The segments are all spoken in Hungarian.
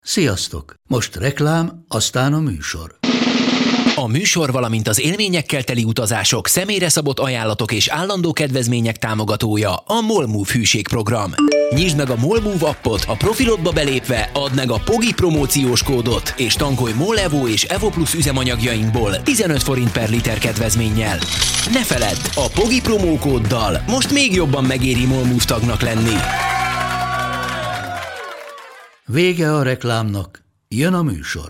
Sziasztok! Most reklám, aztán a műsor. A műsor, valamint az élményekkel teli utazások, személyre szabott ajánlatok és állandó kedvezmények támogatója a MOLMOVE hűségprogram. Nyisd meg a MOLMOVE appot, a profilodba belépve add meg a POGI promóciós kódot, és tankolj MOL Evo és Evo Plus üzemanyagjainkból 15 forint per liter kedvezménnyel. Ne feledd, a POGI promókóddal most még jobban megéri MOLMOVE tagnak lenni. Vége a reklámnak, jön a műsor.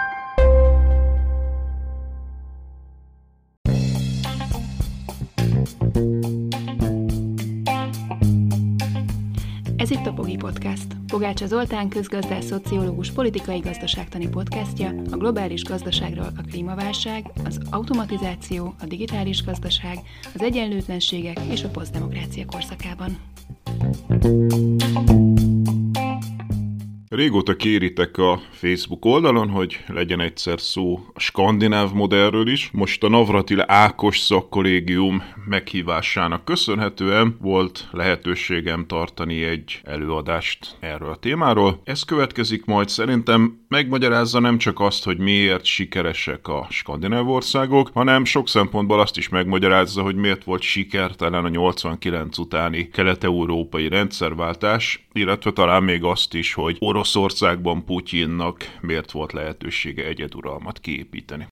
Ez itt a POGI Podcast. Pogácsa Zoltán közgazdász, szociológus, politikai gazdaságtani podcastja a globális gazdaságról, a klímaválság, az automatizáció, a digitális gazdaság, az egyenlőtlenségek és a posztdemokrácia korszakában. Régóta kéritek a Facebook oldalon, hogy legyen egyszer szó a skandináv modellről is. Most a Navratil Ákos szakkollégium meghívásának köszönhetően volt lehetőségem tartani egy előadást erről a témáról. Ez következik majd, szerintem megmagyarázza nem csak azt, hogy miért sikeresek a skandináv országok, hanem sok szempontból azt is megmagyarázza, hogy miért volt sikertelen a 89 utáni kelet-európai rendszerváltás, illetve talán még azt is, hogy Oroszországban Putyinnak miért volt lehetősége egyeduralmat kiépíteni.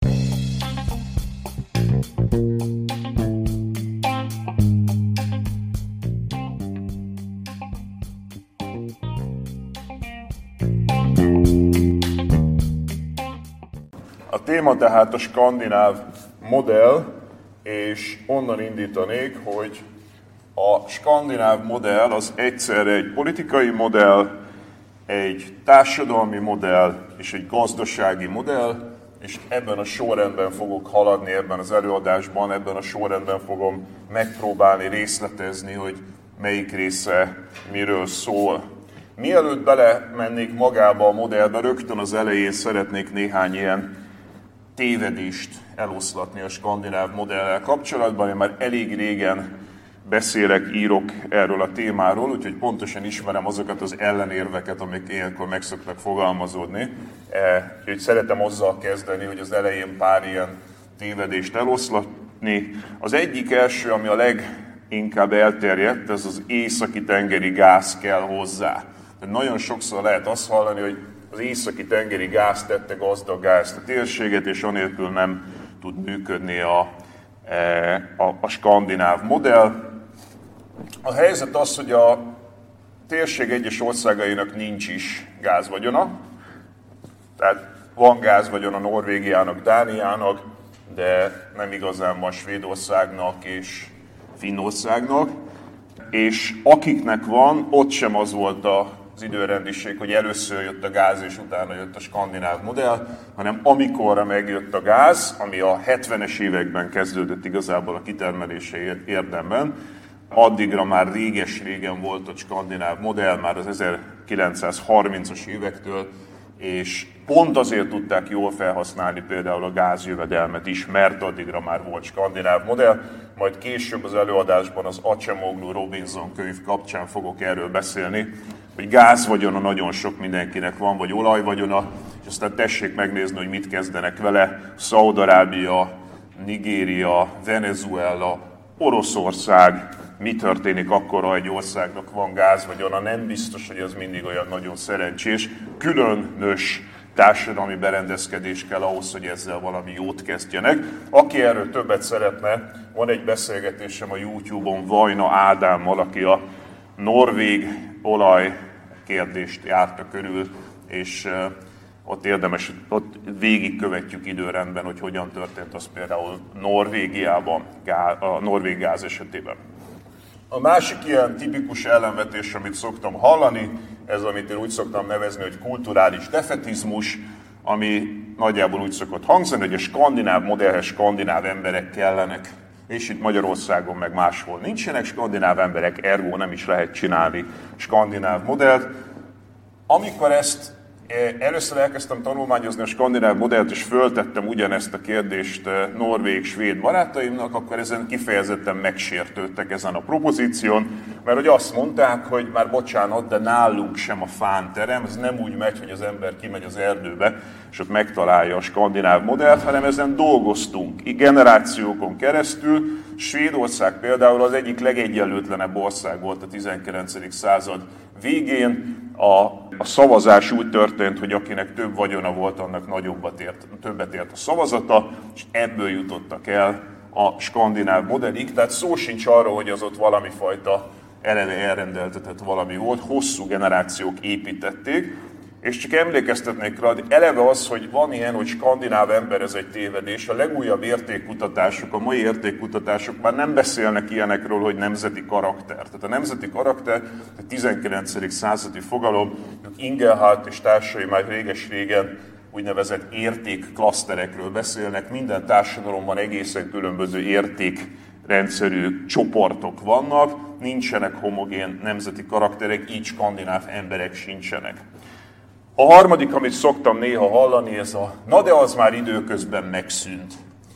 A téma tehát a skandináv modell, és onnan indítanék, hogy a skandináv modell az egyszerre egy politikai modell, egy társadalmi modell és egy gazdasági modell, és ebben a sorrendben fogok haladni ebben az előadásban, ebben a sorrendben fogom megpróbálni részletezni, hogy melyik része miről szól. Mielőtt belemennék magába a modellbe, rögtön az elején szeretnék néhány ilyen tévedést eloszlatni a skandináv modellel kapcsolatban. Én már elég régen beszélek, írok erről a témáról, úgyhogy pontosan ismerem azokat az ellenérveket, amik ilyenkor meg szoktak fogalmazódni. Úgyhogy szeretem azzal kezdeni, hogy az elején pár ilyen tévedést eloszlatni. Az egyik első, ami a leginkább elterjedt, ez az északi tengeri gáz kell hozzá. Tehát nagyon sokszor lehet azt hallani, hogy az északi tengeri gáz tette gazdaggá ezt a térséget, és anélkül nem tud működni a skandináv modell. A helyzet az, hogy a térség egyes országainak nincs is gázvagyona, tehát van gázvagyona Norvégiának, Dániának, de nem igazán van Svédországnak és Finnországnak, és akiknek van, ott sem az volt az időrendiség, hogy először jött a gáz és utána jött a skandináv modell, hanem amikorra megjött a gáz, ami a 70-es években kezdődött igazából a kitermelése érdemben, addigra már réges-régen volt a skandináv modell, már az 1930-as évektől, és pont azért tudták jól felhasználni például a gázjövedelmet is, mert addigra már volt skandináv modell. Majd később az előadásban az Acemoglu-Robinson könyv kapcsán fogok erről beszélni, hogy gázvagyona nagyon sok mindenkinek van, vagy olajvagyona, és aztán tessék megnézni, hogy mit kezdenek vele. Szaúd-Arábia, Nigéria, Venezuela, Oroszország, mi történik akkor, ha egy országnak van gázvagyona, nem biztos, hogy ez mindig olyan nagyon szerencsés. Különös társadalmi berendezkedés kell ahhoz, hogy ezzel valami jót kezdjenek. Aki erről többet szeretne, van egy beszélgetésem a YouTube-on Vajna Ádámmal, aki a norvég olaj kérdést járta körül, és ott érdemes, ott végigkövetjük időrendben, hogy hogyan történt az például Norvégiában, a norvég gáz esetében. A másik ilyen tipikus ellenvetés, amit szoktam hallani, ez, amit én úgy szoktam nevezni, hogy kulturális defetizmus, ami nagyjából úgy szokott hangzani, hogy a skandináv modellhez skandináv emberek kellenek. És itt Magyarországon meg máshol nincsenek skandináv emberek, ergo nem is lehet csinálni skandináv modellt. Amikor ezt először elkezdtem tanulmányozni a skandináv modellt, és föltettem ugyanezt a kérdést norvég-svéd barátaimnak, akkor ezen kifejezetten megsértődtek ezen a propozíción. Mert hogy azt mondták, hogy már bocsánat, de nálunk sem a fán terem, ez nem úgy megy, hogy az ember kimegy az erdőbe, és ott megtalálja a skandináv modellt, hanem ezen dolgoztunk generációkon keresztül. Svédország például az egyik legegyenlőtlenebb ország volt a 19. század végén. A szavazás úgy történt, hogy akinek több vagyona volt, annak többet ért a szavazata, és ebből jutottak el a skandináv modellig. Tehát szó sincs arról, hogy az ott valami fajta eleve elrendeltetett valami volt, hosszú generációk építették, és csak emlékeztetnék rá, hogy eleve az, hogy van ilyen, hogy skandináv ember, ez egy tévedés. A legújabb értékkutatások, a mai értékkutatások már nem beszélnek ilyenekről, hogy nemzeti karakter. Tehát a nemzeti karakter a 19. századi fogalom, Ingelhardt és társai már réges-régen úgynevezett értékklaszterekről beszélnek. Minden társadalomban egészen különböző értékrendszerű csoportok vannak, nincsenek homogén nemzeti karakterek, így skandináv emberek sincsenek. A harmadik, amit szoktam néha hallani, ez na de az már időközben megszűnt.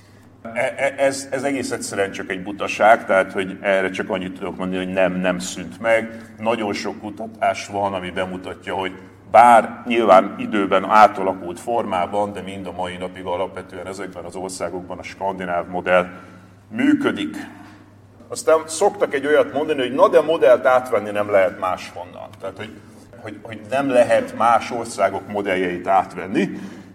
Ez egész egyszerűen csak egy butaság, tehát hogy erre csak annyit tudok mondani, hogy nem szűnt meg. Nagyon sok kutatás van, ami bemutatja, hogy bár nyilván időben átalakult formában, de mind a mai napig alapvetően ezekben az országokban a skandináv modell működik. Aztán szoktak egy olyat mondani, hogy na de modellt átvenni nem lehet máshonnan. Tehát, hogy nem lehet más országok modelljeit átvenni.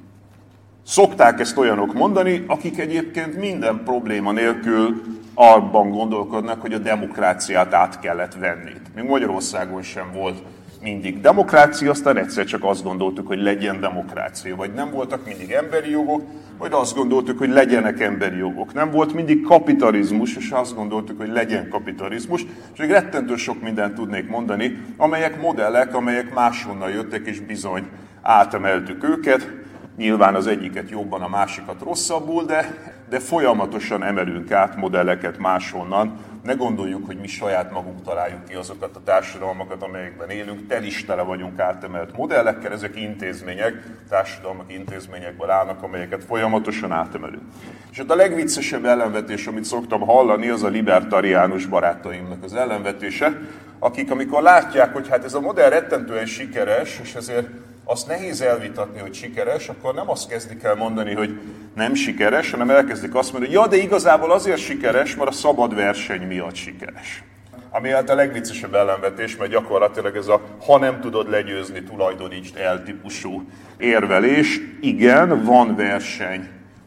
Szokták ezt olyanok mondani, akik egyébként minden probléma nélkül abban gondolkodnak, hogy a demokráciát át kellett venni. Még Magyarországon sem volt mindig demokrácia, aztán egyszer csak azt gondoltuk, hogy legyen demokrácia. Vagy nem voltak mindig emberi jogok, vagy azt gondoltuk, hogy legyenek emberi jogok. Nem volt mindig kapitalizmus, és azt gondoltuk, hogy legyen kapitalizmus. És még rettentő sok mindent tudnék mondani, amelyek modellek, amelyek máshonnan jöttek, és bizony átemeltük őket. Nyilván az egyiket jobban, a másikat rosszabbul, de folyamatosan emelünk át modelleket máshonnan. Ne gondoljuk, hogy mi saját magunk találjuk ki azokat a társadalmakat, amelyekben élünk. Tele vagyunk átemelt modellekkel, ezek intézmények, társadalmak intézményekből állnak, amelyeket folyamatosan átemelünk. És ott a legviccesebb ellenvetés, amit szoktam hallani, az a libertariánus barátaimnak az ellenvetése, akik amikor látják, hogy hát ez a modell rettentően sikeres, és ezért azt nehéz elvitatni, hogy sikeres, akkor nem azt kezdik el mondani, hogy nem sikeres, hanem elkezdik azt mondani, hogy ja, de igazából azért sikeres, mert a szabad verseny miatt sikeres. Ami hát a legviccesebb ellenvetés, mert gyakorlatilag ez a ha nem tudod legyőzni, tulajdonítsd el típusú érvelés. Igen, van verseny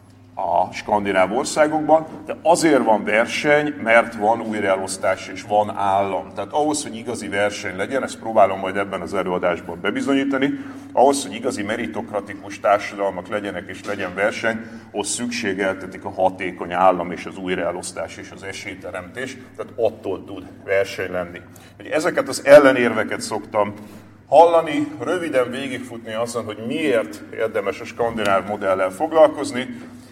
a skandináv országokban, de azért van verseny, mert van újraelosztás és van állam. Tehát ahhoz, hogy igazi verseny legyen, ezt próbálom majd ebben az előadásban bebizonyítani, ahhoz, hogy igazi meritokratikus társadalmak legyenek és legyen verseny, ahhoz szükségeltetik a hatékony állam és az újraelosztás és az esélyteremtés, tehát attól tud verseny lenni. Ezeket az ellenérveket szoktam hallani, röviden végigfutni azon, hogy miért érdemes a skandináv modellel foglalkozni.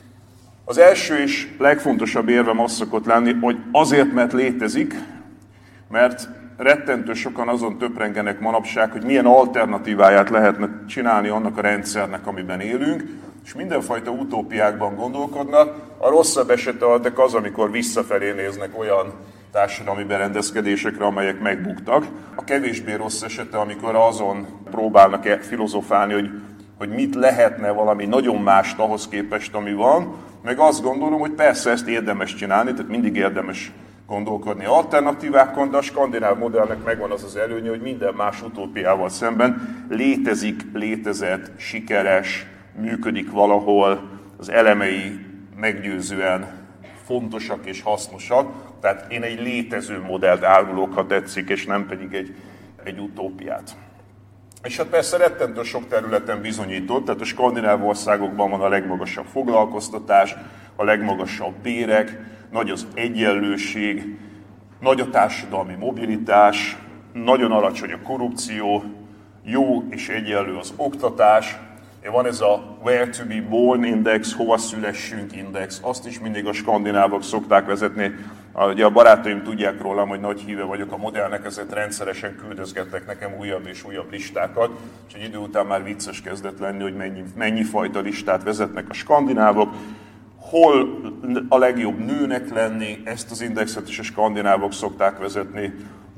Az első és legfontosabb érvem az szokott lenni, hogy azért, mert létezik, mert rettentő sokan azon töprengenek manapság, hogy milyen alternatíváját lehetne csinálni annak a rendszernek, amiben élünk, és mindenfajta utópiákban gondolkodnak. A rosszabb esetek az, amikor visszafelé néznek olyan társadalmi berendezkedésekre, amelyek megbuktak. A kevésbé rossz esete, amikor azon próbálnak filozofálni, hogy mit lehetne valami nagyon mást ahhoz képest, ami van, meg azt gondolom, hogy persze ezt érdemes csinálni, tehát mindig érdemes gondolkodni alternatívákon, de a skandináv modellnek megvan az az előnye, hogy minden más utópiával szemben létezett, sikeres, működik valahol, az elemei meggyőzően fontosak és hasznosak. Tehát én egy létező modellt árulok, ha tetszik, és nem pedig egy utópiát. És hát persze rettentő sok területen bizonyított, tehát a skandináv országokban van a legmagasabb foglalkoztatás, a legmagasabb bérek, nagy az egyenlőség, nagy a társadalmi mobilitás, nagyon alacsony a korrupció, jó és egyenlő az oktatás, van ez a Where to be born index, hova szülessünk index, azt is mindig a skandinávok szokták vezetni. Ugye a barátaim tudják rólam, hogy nagy híve vagyok a modellnek, ezért rendszeresen küldözgetnek nekem újabb és újabb listákat, és egy idő után már vicces kezdett lenni, hogy mennyi fajta listát vezetnek a skandinávok, hol a legjobb nőnek lenni, ezt az indexet is a skandinávok szokták vezetni.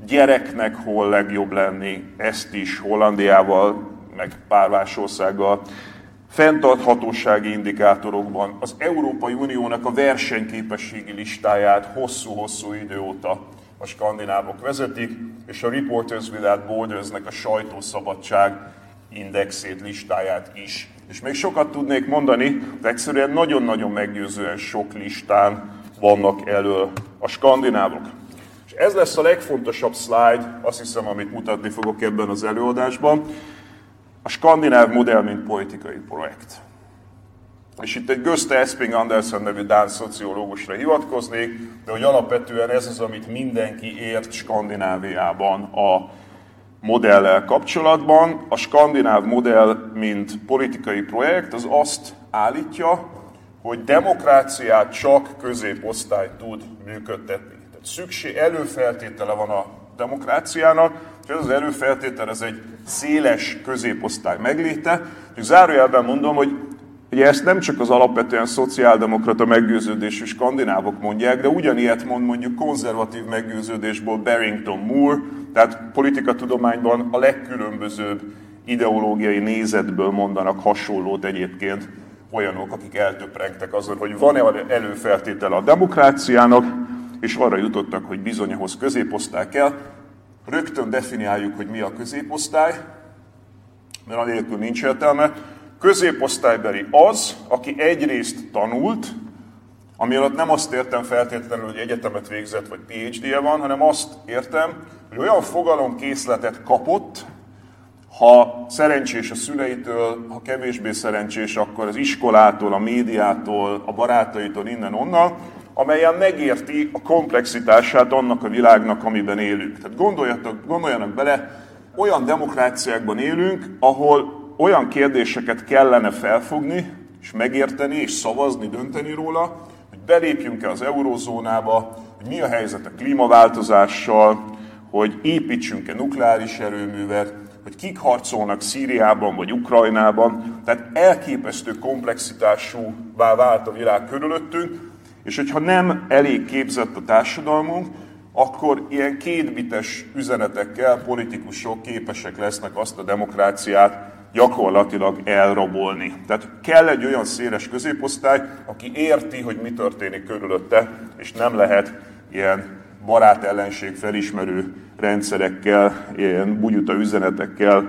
gyereknek hol legjobb lenni, ezt is Hollandiával, meg pár más országgal, fenntarthatósági indikátorokban az Európai Uniónak a versenyképességi listáját hosszú-hosszú idő óta a skandinávok vezetik, és a Reporters Without Borders-nek a sajtószabadság indexét, listáját is. És még sokat tudnék mondani, de egyszerűen nagyon-nagyon meggyőzően sok listán vannak elől a skandinávok. És ez lesz a legfontosabb slide, azt hiszem, amit mutatni fogok ebben az előadásban, a skandináv modell, mint politikai projekt. És itt egy Gösta Esping Andersen nevű dán szociológusra hivatkoznék, de hogy alapvetően ez az, amit mindenki ért Skandináviában a modellel kapcsolatban. A skandináv modell, mint politikai projekt, az azt állítja, hogy demokráciát csak középosztály tud működtetni. Tehát előfeltétele van a demokráciának, és ez az előfeltétel, ez egy széles középosztály megléte. És zárójelben mondom, hogy ugye ezt nem csak az alapvetően szociáldemokrata meggyőződésű skandinávok mondják, de ugyanilyet mond mondjuk konzervatív meggyőződésből Barrington Moore, tehát politikatudományban a legkülönbözőbb ideológiai nézetből mondanak hasonlót egyébként olyanok, akik eltöprengtek azon, hogy van-e előfeltétele a demokráciának, és arra jutottak, hogy bizony ahhoz középosztály kell. Rögtön definiáljuk, hogy mi a középosztály, mert anélkül nincs értelme. Középosztálybeli az, aki egyrészt tanult, ami alatt nem azt értem feltétlenül, hogy egyetemet végzett, vagy PhD-je van, hanem azt értem, hogy olyan fogalomkészletet kapott, ha szerencsés a szüleitől, ha kevésbé szerencsés, akkor az iskolától, a médiától, a barátaitól, innen-onnan, amelyen megérti a komplexitását annak a világnak, amiben élünk. Tehát gondoljanak bele, olyan demokráciákban élünk, ahol olyan kérdéseket kellene felfogni, és megérteni, és szavazni, dönteni róla, hogy belépjünk-e az eurózónába, hogy mi a helyzet a klímaváltozással, hogy építsünk-e nukleáris erőművet, hogy kik harcolnak Szíriában vagy Ukrajnában. Tehát elképesztő komplexitásúvá vált a világ körülöttünk, és hogyha nem elég képzett a társadalmunk, akkor ilyen kétbites üzenetekkel politikusok képesek lesznek azt a demokráciát gyakorlatilag elrabolni. Tehát kell egy olyan széles középosztály, aki érti, hogy mi történik körülötte, és nem lehet ilyen barát-ellenség felismerő rendszerekkel, ilyen bugyuta üzenetekkel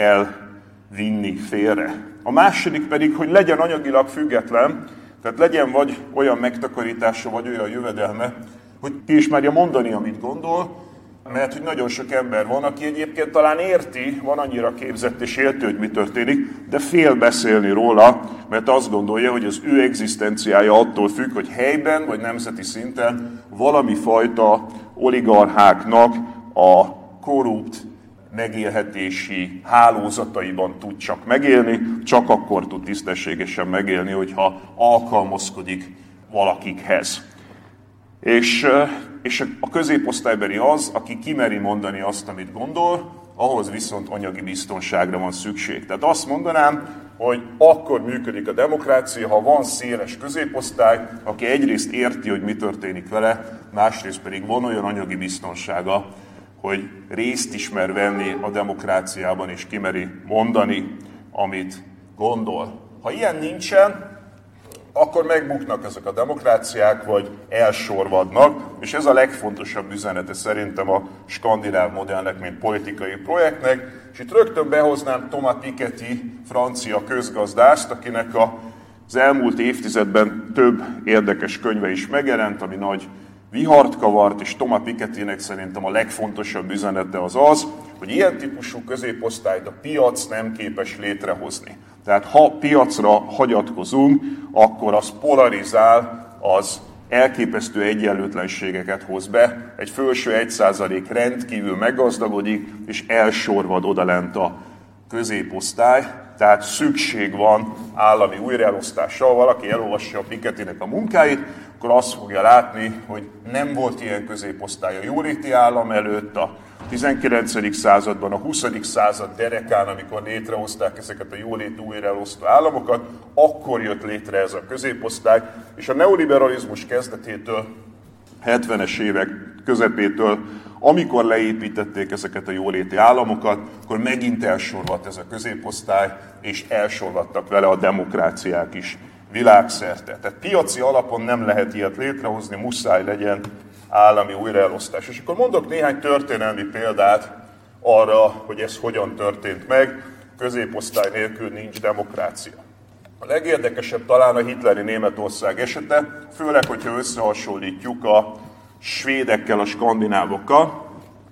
elvinni félre. A második pedig, hogy legyen anyagilag független, tehát legyen vagy olyan megtakarítása, vagy olyan jövedelme, hogy ki is merje mondani, amit gondol, mert hogy nagyon sok ember van, aki egyébként talán érti, van annyira képzett és érti, hogy mi történik, de fél beszélni róla, mert azt gondolja, hogy az ő egzisztenciája attól függ, hogy helyben vagy nemzeti szinten valami fajta oligarcháknak a korrupt megélhetési hálózataiban tud csak megélni, csak akkor tud tisztességesen megélni, hogyha alkalmazkodik valakikhez. És a középosztálybeli az, aki kimeri mondani azt, amit gondol, ahhoz viszont anyagi biztonságra van szükség. Tehát azt mondanám, hogy akkor működik a demokrácia, ha van széles középosztály, aki egyrészt érti, hogy mi történik vele, másrészt pedig van olyan anyagi biztonsága, hogy részt ismer venni a demokráciában, és kimeri mondani, amit gondol. Ha ilyen nincsen, akkor megbuknak ezek a demokráciák, vagy elsorvadnak, és ez a legfontosabb üzenete szerintem a skandináv modellnek, mint politikai projektnek. És itt rögtön behoznám Thomas Piketty, francia közgazdászt, akinek az elmúlt évtizedben több érdekes könyve is megjelent, ami nagy vihart kavart, és Thomas Pikettynek szerintem a legfontosabb üzenete az, hogy ilyen típusú középosztályt a piac nem képes létrehozni. Tehát ha piacra hagyatkozunk, akkor az polarizál, az elképesztő egyenlőtlenségeket hoz be, egy felső 1% rendkívül meggazdagodik, és elsorvad odalent a középosztály, tehát szükség van állami újraelosztással. Valaki elolvassa a Pikettynek a munkáit, akkor azt fogja látni, hogy nem volt ilyen középosztály a jóléti állam előtt, a 19. században, a 20. század derekán, amikor létrehozták ezeket a jólét újraelosztó államokat, akkor jött létre ez a középosztály, és a neoliberalizmus kezdetétől, 70-es évek közepétől amikor leépítették ezeket a jóléti államokat, akkor megint elsorvadt ez a középosztály, és elsorvadtak vele a demokráciák is világszerte. Tehát piaci alapon nem lehet ilyet létrehozni, muszáj legyen állami újraelosztás. És akkor mondok néhány történelmi példát arra, hogy ez hogyan történt meg. Középosztály nélkül nincs demokrácia. A legérdekesebb talán a hitleri Németország esete, főleg, hogyha összehasonlítjuk a svédekkel, a skandinávokkal.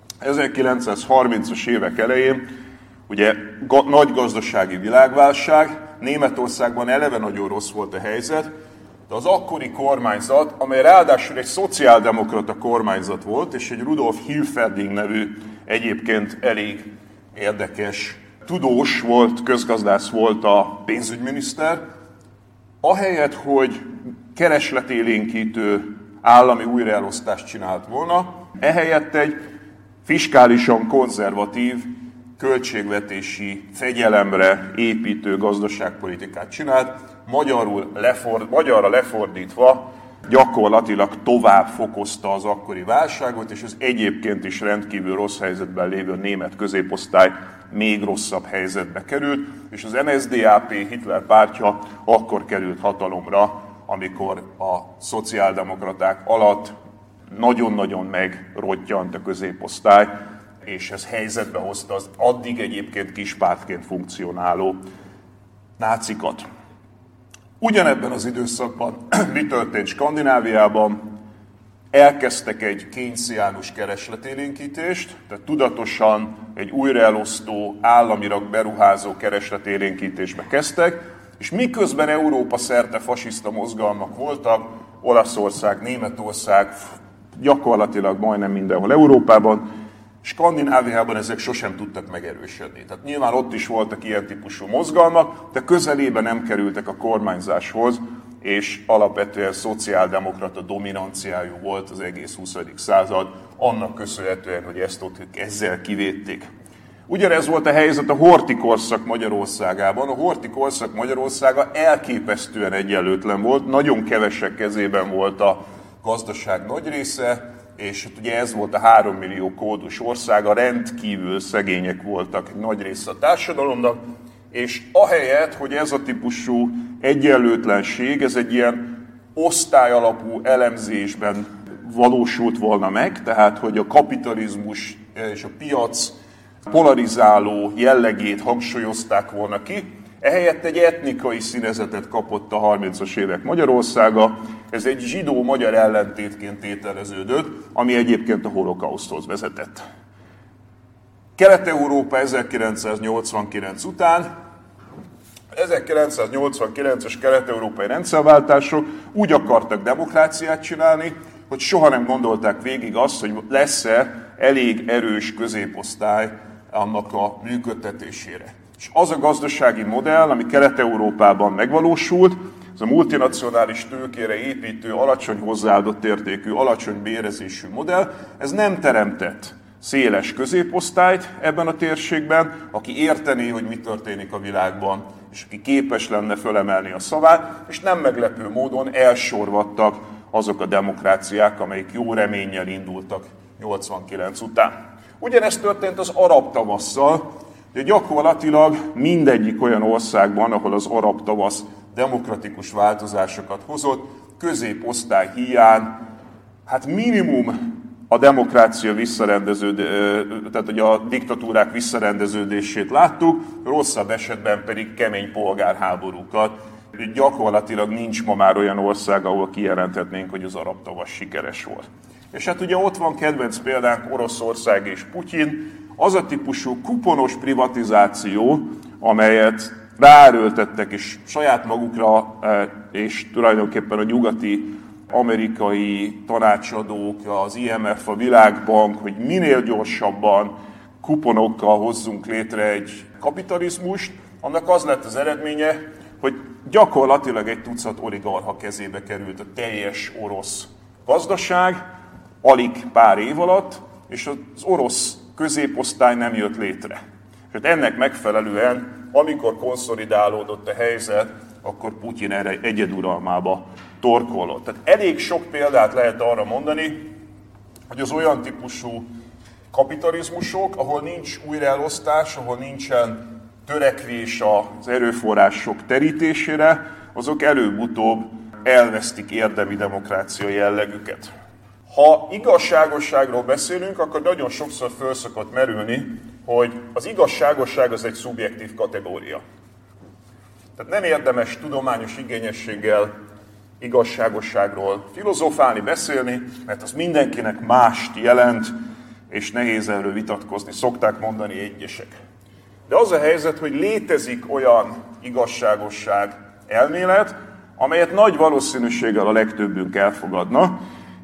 1930-as évek elején ugye nagy gazdasági világválság, Németországban eleve nagyon rossz volt a helyzet, de az akkori kormányzat, amely ráadásul egy szociáldemokrata kormányzat volt, és egy Rudolf Hilferding nevű egyébként elég érdekes tudós volt, közgazdász volt a pénzügyminiszter, ahelyett, hogy keresletélénkítő állami újraelosztást csinált volna, ehelyett egy fiskálisan konzervatív, költségvetési fegyelemre építő gazdaságpolitikát csinált, magyarra lefordítva gyakorlatilag tovább fokozta az akkori válságot, és az egyébként is rendkívül rossz helyzetben lévő német középosztály még rosszabb helyzetbe került, és az NSDAP, Hitler pártja akkor került hatalomra, amikor a szociáldemokraták alatt nagyon-nagyon megrottyant a középosztály, és ez helyzetbe hozta az addig egyébként kispártként funkcionáló nácikat. Ugyanebben az időszakban mi történt Skandináviában? Elkezdtek egy keynesiánus keresletélénkítést, tehát tudatosan egy újraelosztó, államira beruházó keresletélénkítésbe kezdtek, és miközben Európa szerte fasiszta mozgalmak voltak, Olaszország, Németország, gyakorlatilag majdnem mindenhol Európában, Skandináviában ezek sosem tudtak megerősödni. Tehát nyilván ott is voltak ilyen típusú mozgalmak, de közelébe nem kerültek a kormányzáshoz, és alapvetően szociáldemokrata dominanciájú volt az egész 20. század, annak köszönhetően, hogy ezt ott ezzel kivédték. Ugyanez volt a helyzet a Horthy korszak Magyarországában. A Horthy korszak Magyarországa elképesztően egyenlőtlen volt, nagyon kevesek kezében volt a gazdaság nagy része, és ugye ez volt a 3 millió kódus országa, rendkívül szegények voltak egy nagy része a társadalomnak, és ahelyett, hogy ez a típusú egyenlőtlenség, ez egy ilyen osztályalapú elemzésben valósult volna meg, tehát hogy a kapitalizmus és a piac polarizáló jellegét hangsúlyozták volna ki, ehelyett egy etnikai színezetet kapott a 30-as évek Magyarországa, ez egy zsidó-magyar ellentétként tételeződött, ami egyébként a holokauszthoz vezetett. Kelet-Európa 1989 után, 1989-es kelet-európai rendszerváltások úgy akartak demokráciát csinálni, hogy soha nem gondolták végig azt, hogy lesz-e elég erős középosztály annak a működtetésére. És az a gazdasági modell, ami Kelet-Európában megvalósult, ez a multinacionális tőkére építő, alacsony hozzáadott értékű, alacsony bérezésű modell, ez nem teremtett széles középosztályt ebben a térségben, aki értené, hogy mi történik a világban, és aki képes lenne fölemelni a szavát, és nem meglepő módon elsorvadtak azok a demokráciák, amelyik jó reménnyel indultak 89 után. Ugyanezt történt az arab tavasszal, de gyakorlatilag mindegyik olyan országban, ahol az arab tavasz demokratikus változásokat hozott, középosztály hiány, hát minimum a demokrácia tehát hogy a diktatúrák visszarendeződését láttuk, rosszabb esetben pedig kemény polgárháborúkat. Gyakorlatilag nincs ma már olyan ország, ahol kijelenthetnénk, hogy az arab tavasz sikeres volt. És hát ugye ott van kedvenc példánk Oroszország és Putyin, az a típusú kuponos privatizáció, amelyet ráerőltettek és saját magukra, és tulajdonképpen a nyugati amerikai tanácsadók, az IMF, a Világbank, hogy minél gyorsabban kuponokkal hozzunk létre egy kapitalizmust, annak az lett az eredménye, hogy gyakorlatilag egy tucat oligarcha kezébe került a teljes orosz gazdaság, alig pár év alatt, és az orosz középosztály nem jött létre. És ennek megfelelően, amikor konszolidálódott a helyzet, akkor Putyin erre egyeduralmába torkollott. Tehát elég sok példát lehet arra mondani, hogy az olyan típusú kapitalizmusok, ahol nincs újraelosztás, ahol nincsen törekvés az erőforrások terítésére, azok előbb-utóbb elvesztik érdemi demokrácia jellegüket. Ha igazságosságról beszélünk, akkor nagyon sokszor föl szokott merülni, hogy az igazságosság az egy szubjektív kategória. Tehát nem érdemes tudományos igényességgel igazságosságról filozofálni, beszélni, mert az mindenkinek mást jelent, és nehéz erről vitatkozni, szokták mondani egyesek. De az a helyzet, hogy létezik olyan igazságosság elmélet, amelyet nagy valószínűséggel a legtöbbünk elfogadna.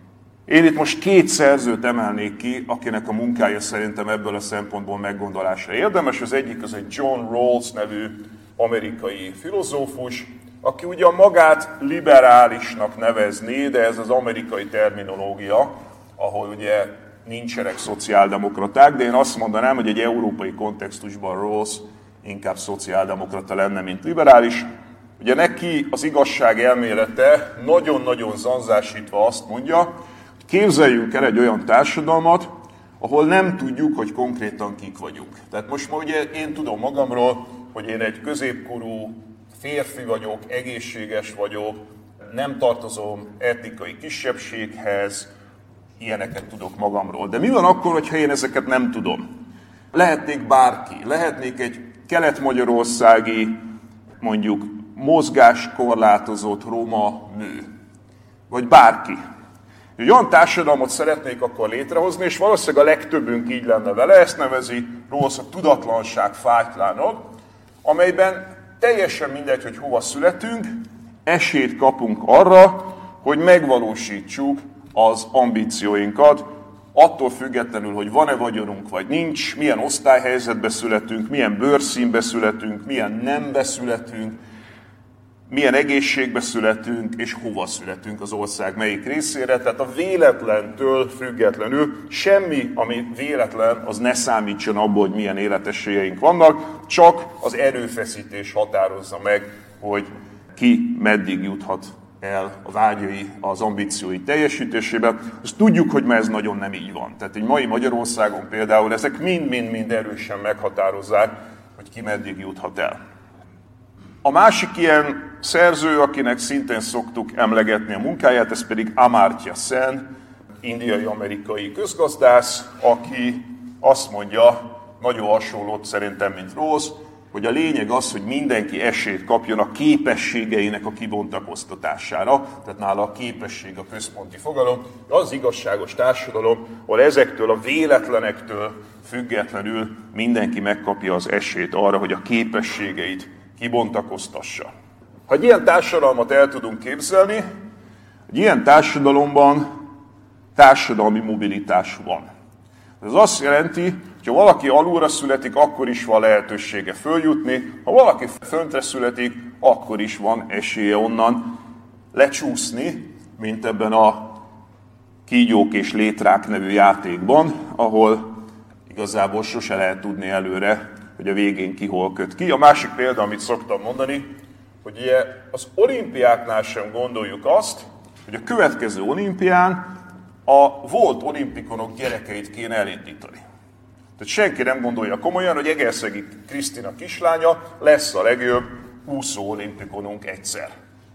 Én itt most 2 szerzőt emelnék ki, akinek a munkája szerintem ebből a szempontból meggondolásra érdemes. Az egyik az egy John Rawls nevű amerikai filozófus, aki ugyan magát liberálisnak nevezné, de ez az amerikai terminológia, ahol ugye nincsenek szociáldemokraták, de én azt mondanám, hogy egy európai kontextusban Rawls inkább szociáldemokrata lenne, mint liberális. Ugye neki az igazság elmélete nagyon-nagyon zanzásítva azt mondja, hogy képzeljünk el egy olyan társadalmat, ahol nem tudjuk, hogy konkrétan kik vagyunk. Tehát most már ugye én tudom magamról, hogy én egy középkorú férfi vagyok, egészséges vagyok, nem tartozom etnikai kisebbséghez, ilyeneket tudok magamról. De mi van akkor, hogyha én ezeket nem tudom? Lehetnék bárki, lehetnék egy kelet-magyarországi, mondjuk mozgáskorlátozott roma nő, vagy bárki. Egy olyan társadalmat szeretnék akkor létrehozni, és valószínűleg a legtöbbünk így lenne vele, ezt nevezi Rawls a tudatlanság fájtlának, amelyben teljesen mindegy, hogy hova születünk, esélyt kapunk arra, hogy megvalósítsuk az ambícióinkat, attól függetlenül, hogy van-e vagyonunk, vagy nincs, milyen osztályhelyzetbe születünk, milyen bőrszínbe születünk, milyen nembe születünk, milyen egészségbe születünk, és hova születünk az ország melyik részére. Tehát a véletlentől függetlenül semmi, ami véletlen, az ne számítson abból, hogy milyen életességeink vannak, csak az erőfeszítés határozza meg, hogy ki meddig juthat el a vágyai, az ambíciói teljesítésében. Azt tudjuk, hogy ma ez nagyon nem így van. Tehát egy mai Magyarországon például ezek mind-mind erősen meghatározzák, hogy ki meddig juthat el. A másik ilyen szerző, akinek szintén szoktuk emlegetni a munkáját, ez pedig Amartya Sen, indiai-amerikai közgazdász, aki azt mondja, nagyon hasonlót szerintem, mint Rawls, hogy a lényeg az, hogy mindenki esélyt kapjon a képességeinek a kibontakoztatására, tehát nála a képesség a központi fogalom, az igazságos társadalom, ahol ezektől a véletlenektől függetlenül mindenki megkapja az esélyt arra, hogy a képességeit kibontakoztassa. Ha egy ilyen társadalmat el tudunk képzelni, egy ilyen társadalomban társadalmi mobilitás van. Ez azt jelenti, hogy ha valaki alulra születik, akkor is van lehetősége följutni, ha valaki föntre születik, akkor is van esélye onnan lecsúszni, mint ebben a Kígyók és Létrák nevű játékban, ahol igazából sose lehet tudni előre, hogy a végén ki hol köt ki. A másik példa, amit szoktam mondani, hogy ugye az olimpiáknál sem gondoljuk azt, hogy a következő olimpián a volt olimpikonok gyerekeit kéne elindítani. Tehát senki nem gondolja komolyan, hogy Egerszegi Krisztina kislánya lesz a legjobb úszó olimpikonunk egyszer.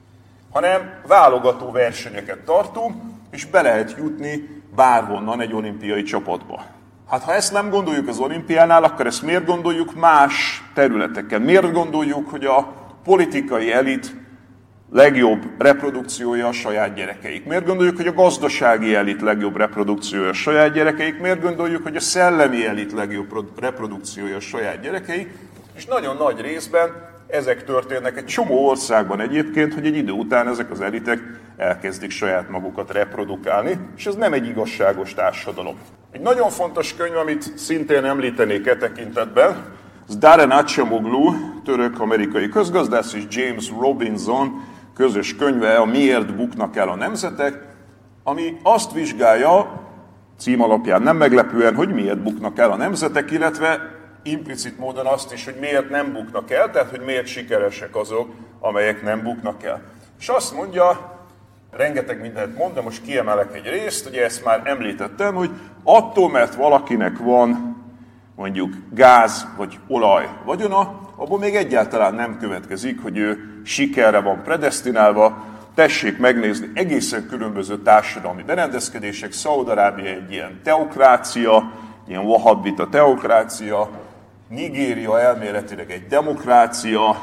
Hanem válogató versenyeket tartunk, és be lehet jutni bárhonnan egy olimpiai csapatba. Hát ha ezt nem gondoljuk az olimpiánál, akkor ezt miért gondoljuk más területeken? Miért gondoljuk, hogy a politikai elit legjobb reprodukciója a saját gyerekeik? Miért gondoljuk, hogy a gazdasági elit legjobb reprodukciója a saját gyerekeik? Miért gondoljuk, hogy a szellemi elit legjobb reprodukciója a saját gyerekeik? És nagyon nagy részben ezek történnek egy csomó országban egyébként, hogy egy idő után ezek az elitek elkezdik saját magukat reprodukálni, és ez nem egy igazságos társadalom. Egy nagyon fontos könyv, amit szintén említenék e tekintetben, az Daron Acemoglu, török-amerikai közgazdász, és James Robinson közös könyve, a Miért buknak el a nemzetek, ami azt vizsgálja, cím alapján nem meglepően, hogy miért buknak el a nemzetek, illetve implicit módon azt is, hogy miért nem buknak el, tehát hogy miért sikeresek azok, amelyek nem buknak el. És azt mondja, rengeteg mindent mond, de most kiemelek egy részt, ugye ezt már említettem, hogy attól, mert valakinek van mondjuk gáz vagy olaj vagyona, abból még egyáltalán nem következik, hogy ő sikerre van predesztinálva. Tessék megnézni egészen különböző társadalmi berendezkedések. Szaúd-Arábia egy ilyen teokrácia, ilyen wahhabita teokrácia, Nigéria elméletileg egy demokrácia,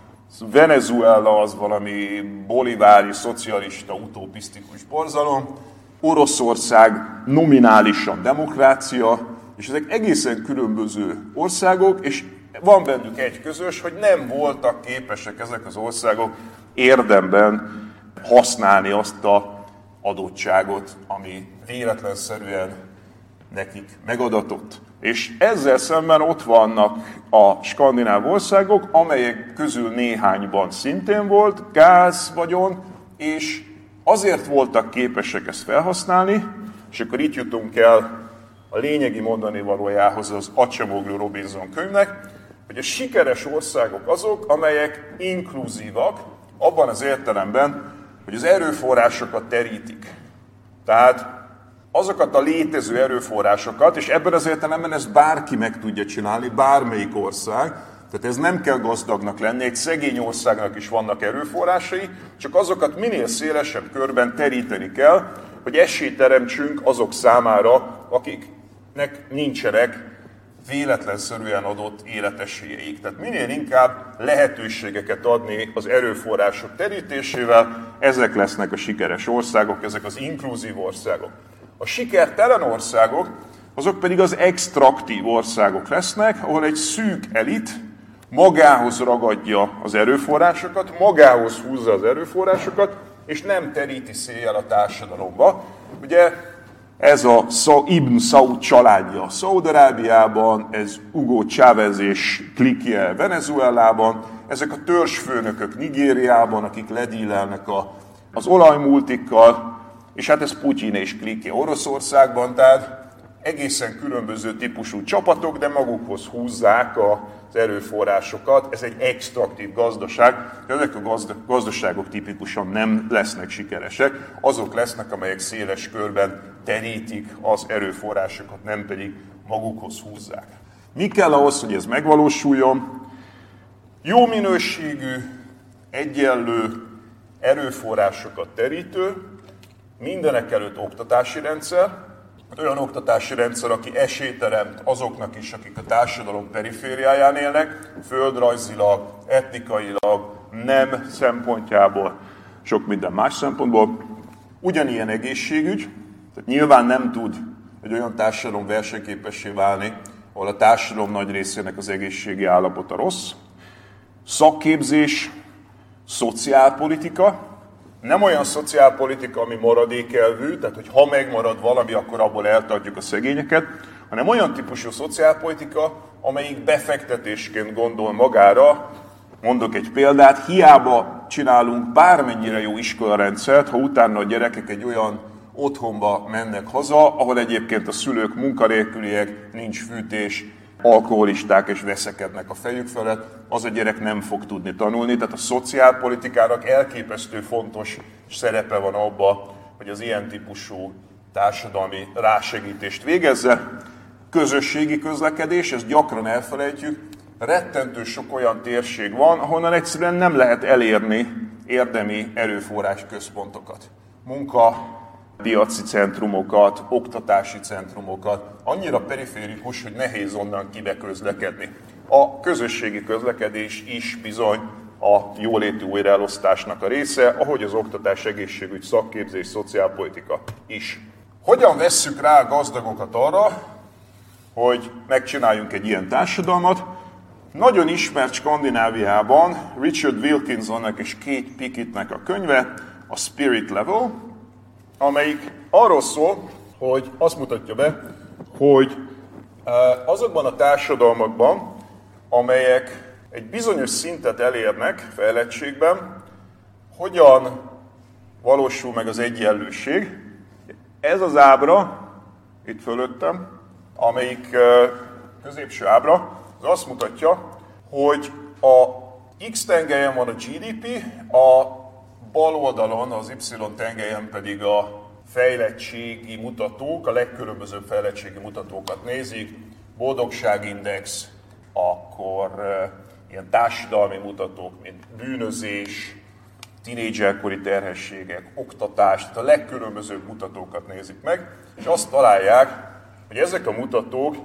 Venezuela az valami bolivári, szocialista, utopisztikus borzalom, Oroszország nominálisan demokrácia, és ezek egészen különböző országok, és van bennük egy közös, hogy nem voltak képesek ezek az országok érdemben használni azt az adottságot, ami véletlenszerűen nekik megadatott. És ezzel szemben ott vannak a skandináv országok, amelyek közül néhányban szintén volt gázvagyon, és azért voltak képesek ezt felhasználni, és akkor itt jutunk el a lényegi mondani valójához az Acemoglu-Robinson könyvnek, hogy a sikeres országok azok, amelyek inkluzívak, abban az értelemben, hogy az erőforrásokat terítik. Tehát azokat a létező erőforrásokat, és ebben az értelemben ezt bárki meg tudja csinálni, bármelyik ország, tehát ez nem kell gazdagnak lenni, egy szegény országnak is vannak erőforrásai, csak azokat minél szélesebb körben teríteni kell, hogy esélyt teremtsünk azok számára, akiknek nincsenek véletlenszerűen adott életesélyeik. Tehát minél inkább lehetőségeket adni az erőforrások terítésével, ezek lesznek a sikeres országok, ezek az inkluzív országok. A sikertelen országok, azok pedig az extraktív országok lesznek, ahol egy szűk elit magához ragadja az erőforrásokat, magához húzza az erőforrásokat, és nem teríti széjjel a társadalomba. Ugye ez a Ibn Saud családja Szaúd-Arábiában, ez Hugo Chávez és klikje Venezuelában, ezek a törzsfőnökök Nigériában, akik ledílelnek az olajmultikkal, és hát ez Putyin és klikje Oroszországban, tehát egészen különböző típusú csapatok, de magukhoz húzzák az erőforrásokat. Ez egy extraktív gazdaság, ezek a gazdaságok tipikusan nem lesznek sikeresek, azok lesznek, amelyek széles körben terítik az erőforrásokat, nem pedig magukhoz húzzák. Mi kell ahhoz, hogy ez megvalósuljon? Jó minőségű, egyenlő erőforrásokat terítő, mindenekelőtt oktatási rendszer, olyan oktatási rendszer, aki esélyt teremt azoknak is, akik a társadalom perifériáján élnek, földrajzilag, etnikailag, nem szempontjából, sok minden más szempontból. Ugyanilyen egészségügy, tehát nyilván nem tud egy olyan társadalom versenyképessé válni, ahol a társadalom nagy részének az egészségi állapota rossz. Szakképzés, szociálpolitika, nem olyan szociálpolitika, ami maradékelvű, tehát hogy ha megmarad valami, akkor abból eltartjuk a szegényeket, hanem olyan típusú szociálpolitika, amelyik befektetésként gondol magára. Mondok egy példát, hiába csinálunk bármennyire jó iskolarendszert, ha utána a gyerekek egy olyan otthonba mennek haza, ahol egyébként a szülők munkanélküliek, nincs fűtés, alkoholisták és veszekednek a fejük felett, az a gyerek nem fog tudni tanulni. Tehát a szociálpolitikának elképesztő fontos szerepe van abban, hogy az ilyen típusú társadalmi rásegítést végezze. Közösségi közlekedés, ezt gyakran elfelejtjük, rettentő sok olyan térség van, ahonnan egyszerűen nem lehet elérni érdemi erőforrás központokat. Piaci centrumokat, oktatási centrumokat, annyira periférikus, hogy nehéz onnan kibeközlekedni. A közösségi közlekedés is bizony a jóléti újraelosztásnak a része, ahogy az oktatás, egészségügy, szakképzés, szociálpolitika is. Hogyan vesszük rá a gazdagokat arra, hogy megcsináljunk egy ilyen társadalmat? Nagyon ismert Skandináviában Richard Wilkinsonnak és Kate Pickettnek a könyve, a Spirit Level, amelyik arról szól, hogy azt mutatja be, hogy azokban a társadalmakban, amelyek egy bizonyos szintet elérnek fejlettségben, hogyan valósul meg az egyenlőség. Ez az ábra, itt fölöttem, amelyik középső ábra, az azt mutatja, hogy a X tengelyen van a GDP, a bal oldalon, az Y-tengelyen pedig a fejlettségi mutatók, a legkülönbözőbb fejlettségi mutatókat nézik, boldogságindex, akkor ilyen társadalmi mutatók, mint bűnözés, tínédzserkori terhességek, oktatás, tehát a legkülönbözőbb mutatókat nézik meg, és azt találják, hogy ezek a mutatók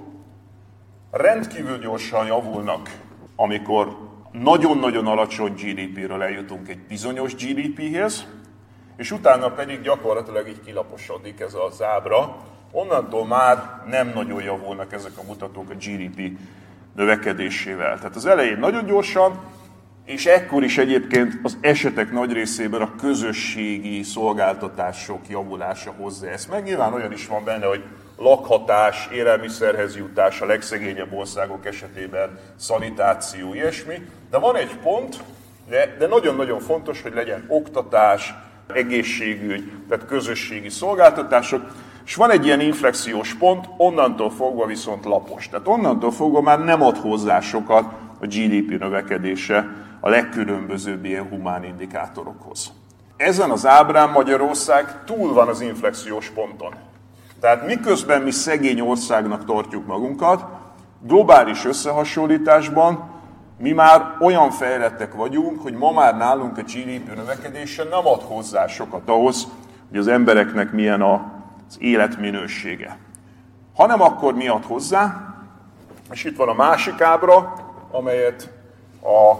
rendkívül gyorsan javulnak, amikor nagyon-nagyon alacsony GDP-ről eljutunk egy bizonyos GDP-hez, és utána pedig gyakorlatilag így kilaposodik ez az ábra. Onnantól már nem nagyon javulnak ezek a mutatók a GDP növekedésével. Tehát az elején nagyon gyorsan, és ekkor is egyébként az esetek nagy részében a közösségi szolgáltatások javulása hozza ezt meg. Nyilván olyan is van benne, hogy lakhatás, élelmiszerhez jutás a legszegényebb országok esetében, szanitáció, ilyesmi. De van egy pont, de nagyon-nagyon fontos, hogy legyen oktatás, egészségügy, tehát közösségi szolgáltatások, és van egy ilyen inflexiós pont, onnantól fogva viszont lapos. Tehát onnantól fogva már nem ad hozzá sokat a GDP növekedése a legkülönbözőbb ilyen humán indikátorokhoz. Ezen az ábrán Magyarország túl van az inflexiós ponton. Tehát miközben mi szegény országnak tartjuk magunkat, globális összehasonlításban mi már olyan fejlettek vagyunk, hogy ma már nálunk a GDP növekedése nem ad hozzá sokat ahhoz, hogy az embereknek milyen az életminősége. Hanem akkor mi ad hozzá, és itt van a másik ábra, amelyet a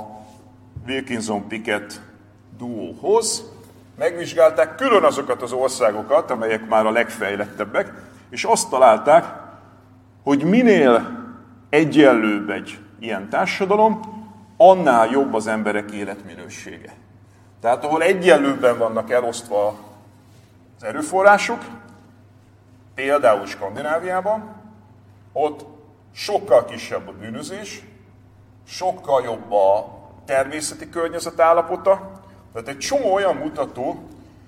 Wilkinson-Pickett duó hoz. Megvizsgálták külön azokat az országokat, amelyek már a legfejlettebbek, és azt találták, hogy minél egyenlőbb egy ilyen társadalom, annál jobb az emberek életminősége. Tehát ahol egyenlőbben vannak elosztva az erőforrások, például Skandináviában, ott sokkal kisebb a bűnözés, sokkal jobb a természeti környezet állapota, tehát egy csomó olyan mutató,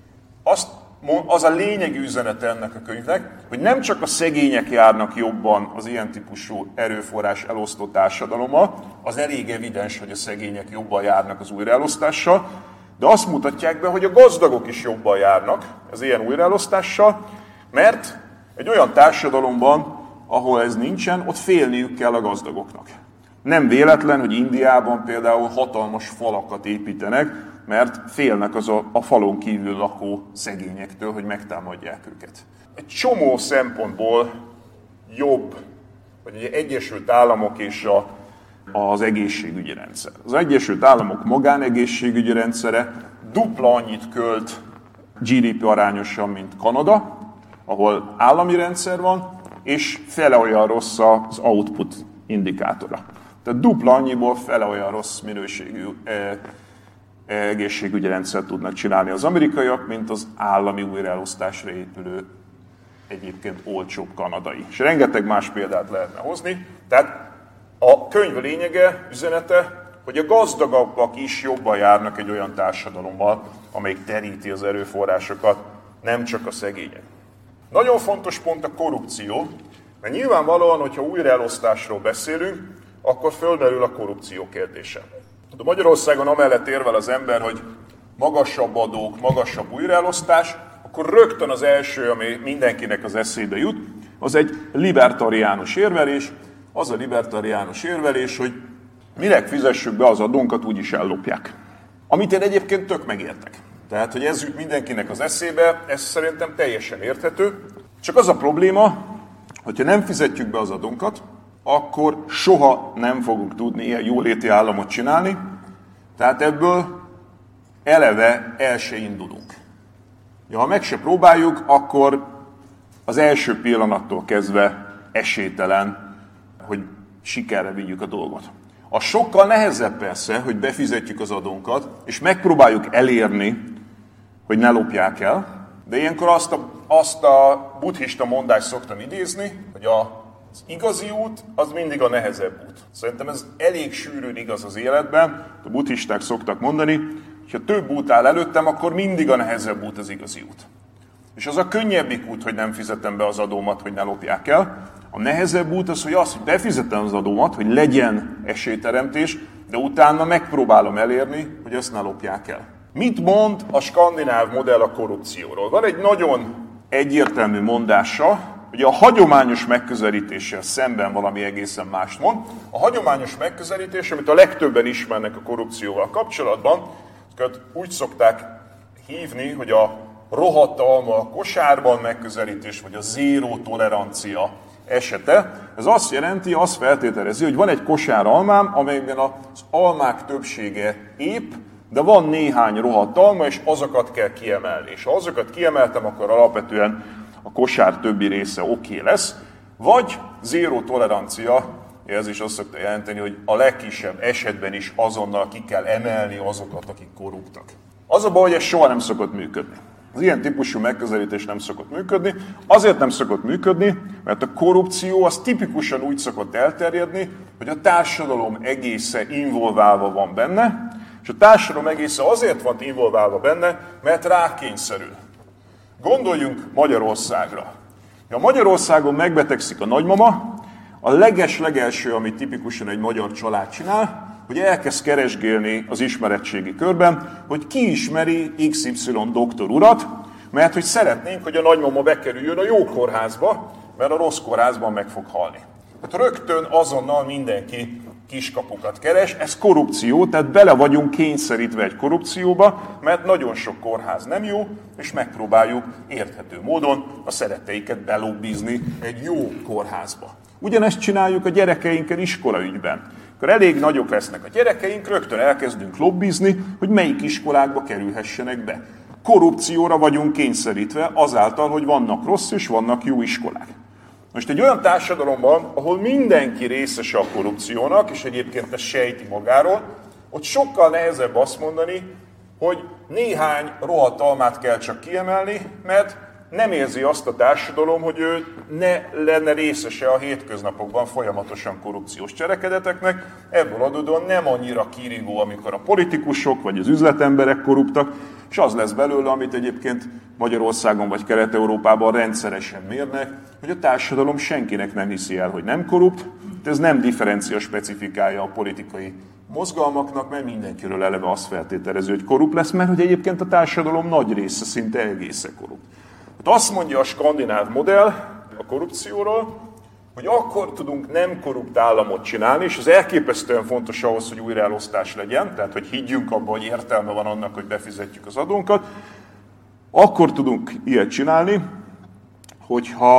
az a lényegi üzenete ennek a könyvnek, hogy nem csak a szegények járnak jobban az ilyen típusú erőforrás elosztó társadalommal, az elég evidens, hogy a szegények jobban járnak az újraelosztással, de azt mutatják be, hogy a gazdagok is jobban járnak az ilyen újraelosztással, mert egy olyan társadalomban, ahol ez nincsen, ott félniük kell a gazdagoknak. Nem véletlen, hogy Indiában például hatalmas falakat építenek, mert félnek a falon kívül lakó szegényektől, hogy megtámadják őket. Egy csomó szempontból jobb, hogy egy Egyesült Államok és az egészségügyi rendszer. Az Egyesült Államok magánegészségügyi rendszere dupla annyit költ GDP arányosan, mint Kanada, ahol állami rendszer van, és fele olyan rossz az output indikátora. Tehát dupla annyiból fele olyan rossz minőségű egészségügyi rendszert tudnak csinálni az amerikaiak, mint az állami újraelosztásra épülő, egyébként olcsóbb kanadai. És rengeteg más példát lehetne hozni. Tehát a könyv lényege, üzenete, hogy a gazdagabbak is jobban járnak egy olyan társadalommal, amelyik teríti az erőforrásokat, nem csak a szegények. Nagyon fontos pont a korrupció, mert nyilvánvalóan, hogyha újraelosztásról beszélünk, akkor fölmerül a korrupció kérdése. De Magyarországon amellett érvel az ember, hogy magasabb adók, magasabb újraelosztás, akkor rögtön az első, ami mindenkinek az eszébe jut, az egy libertariánus érvelés. Az a libertariánus érvelés, hogy minek fizessük be az adónkat, úgyis ellopják. Amit én egyébként tök megértek. Tehát, hogy ez jut mindenkinek az eszébe, ez szerintem teljesen érthető. Csak az a probléma, hogyha nem fizetjük be az adónkat, akkor soha nem fogunk tudni ilyen jóléti államot csinálni, tehát ebből eleve el se indulunk. Ja, ha meg se próbáljuk, akkor az első pillanattól kezdve esélytelen, hogy sikerre vigyük a dolgot. A sokkal nehezebb persze, hogy befizetjük az adónkat, és megpróbáljuk elérni, hogy ne lopják el, de ilyenkor azt a buddhista mondást szoktam idézni, hogy az igazi út az mindig a nehezebb út. Szerintem ez elég sűrűn igaz az életben. A buddhisták szoktak mondani, hogy ha több út áll előttem, akkor mindig a nehezebb út az igazi út. És az a könnyebbik út, hogy nem fizetem be az adómat, hogy ne lopják el. A nehezebb út az, hogy befizetem az adómat, hogy legyen esélyteremtés, de utána megpróbálom elérni, hogy ezt ne lopják el. Mit mond a skandináv modell a korrupcióról? Van egy nagyon egyértelmű mondása, hogy a hagyományos megközelítéssel szemben valami egészen mást mond. A hagyományos megközelítés, amit a legtöbben ismernek a korrupcióval kapcsolatban, úgy szokták hívni, hogy a rohadt alma a kosárban megközelítés, vagy a zéró tolerancia esete. Ez azt jelenti, azt feltételezi, hogy van egy kosár almám, amelyben az almák többsége épp, de van néhány rohadt alma, és azokat kell kiemelni. És ha azokat kiemeltem, akkor alapvetően a kosár többi része oké lesz. Vagy zéró tolerancia, ez is azt szokta jelenteni, hogy a legkisebb esetben is azonnal ki kell emelni azokat, akik korruptak. Az a baj, hogy ez soha nem szokott működni. Az ilyen típusú megközelítés nem szokott működni. Azért nem szokott működni, mert a korrupció az tipikusan úgy szokott elterjedni, hogy a társadalom egésze involválva van benne, és a társadalom egésze azért van involválva benne, mert rákényszerül. Gondoljunk Magyarországra. Ha Magyarországon megbetegszik a nagymama, a legelső, amit tipikusan egy magyar család csinál, hogy elkezd keresgélni az ismeretségi körben, hogy ki ismeri XY doktor urat, mert hogy szeretnénk, hogy a nagymama bekerüljön a jó kórházba, mert a rossz kórházban meg fog halni. Tehát rögtön azonnal mindenki kiskapukat keres, ez korrupció, tehát bele vagyunk kényszerítve egy korrupcióba, mert nagyon sok kórház nem jó, és megpróbáljuk érthető módon a szeretteiket belobbizni egy jó kórházba. Ugyanezt csináljuk a gyerekeinkkel iskolaügyben. Akkor elég nagyok lesznek a gyerekeink, rögtön elkezdünk lobbizni, hogy melyik iskolákba kerülhessenek be. Korrupcióra vagyunk kényszerítve azáltal, hogy vannak rossz és vannak jó iskolák. Most egy olyan társadalomban, ahol mindenki részese a korrupciónak, és egyébként ezt sejti magáról, ott sokkal nehezebb azt mondani, hogy néhány rohadt almát kell csak kiemelni, mert nem érzi azt a társadalom, hogy ő ne lenne részese a hétköznapokban folyamatosan korrupciós cselekedeteknek. Ebből adódóan nem annyira kirívó, amikor a politikusok vagy az üzletemberek korruptak, és az lesz belőle, amit egyébként Magyarországon vagy Kelet-Európában rendszeresen mérnek, hogy a társadalom senkinek nem hiszi el, hogy nem korrupt, de ez nem differencia specifikája a politikai mozgalmaknak, mert mindenkiről eleve azt feltételező, hogy korrupt lesz, mert hogy egyébként a társadalom nagy része szinte egészen korrupt. Hát azt mondja a skandináv modell a korrupcióról, hogy akkor tudunk nem korrupt államot csinálni, és ez elképesztően fontos ahhoz, hogy újraelosztás legyen, tehát hogy higgyünk abban, hogy értelme van annak, hogy befizetjük az adónkat, akkor tudunk ilyet csinálni, hogyha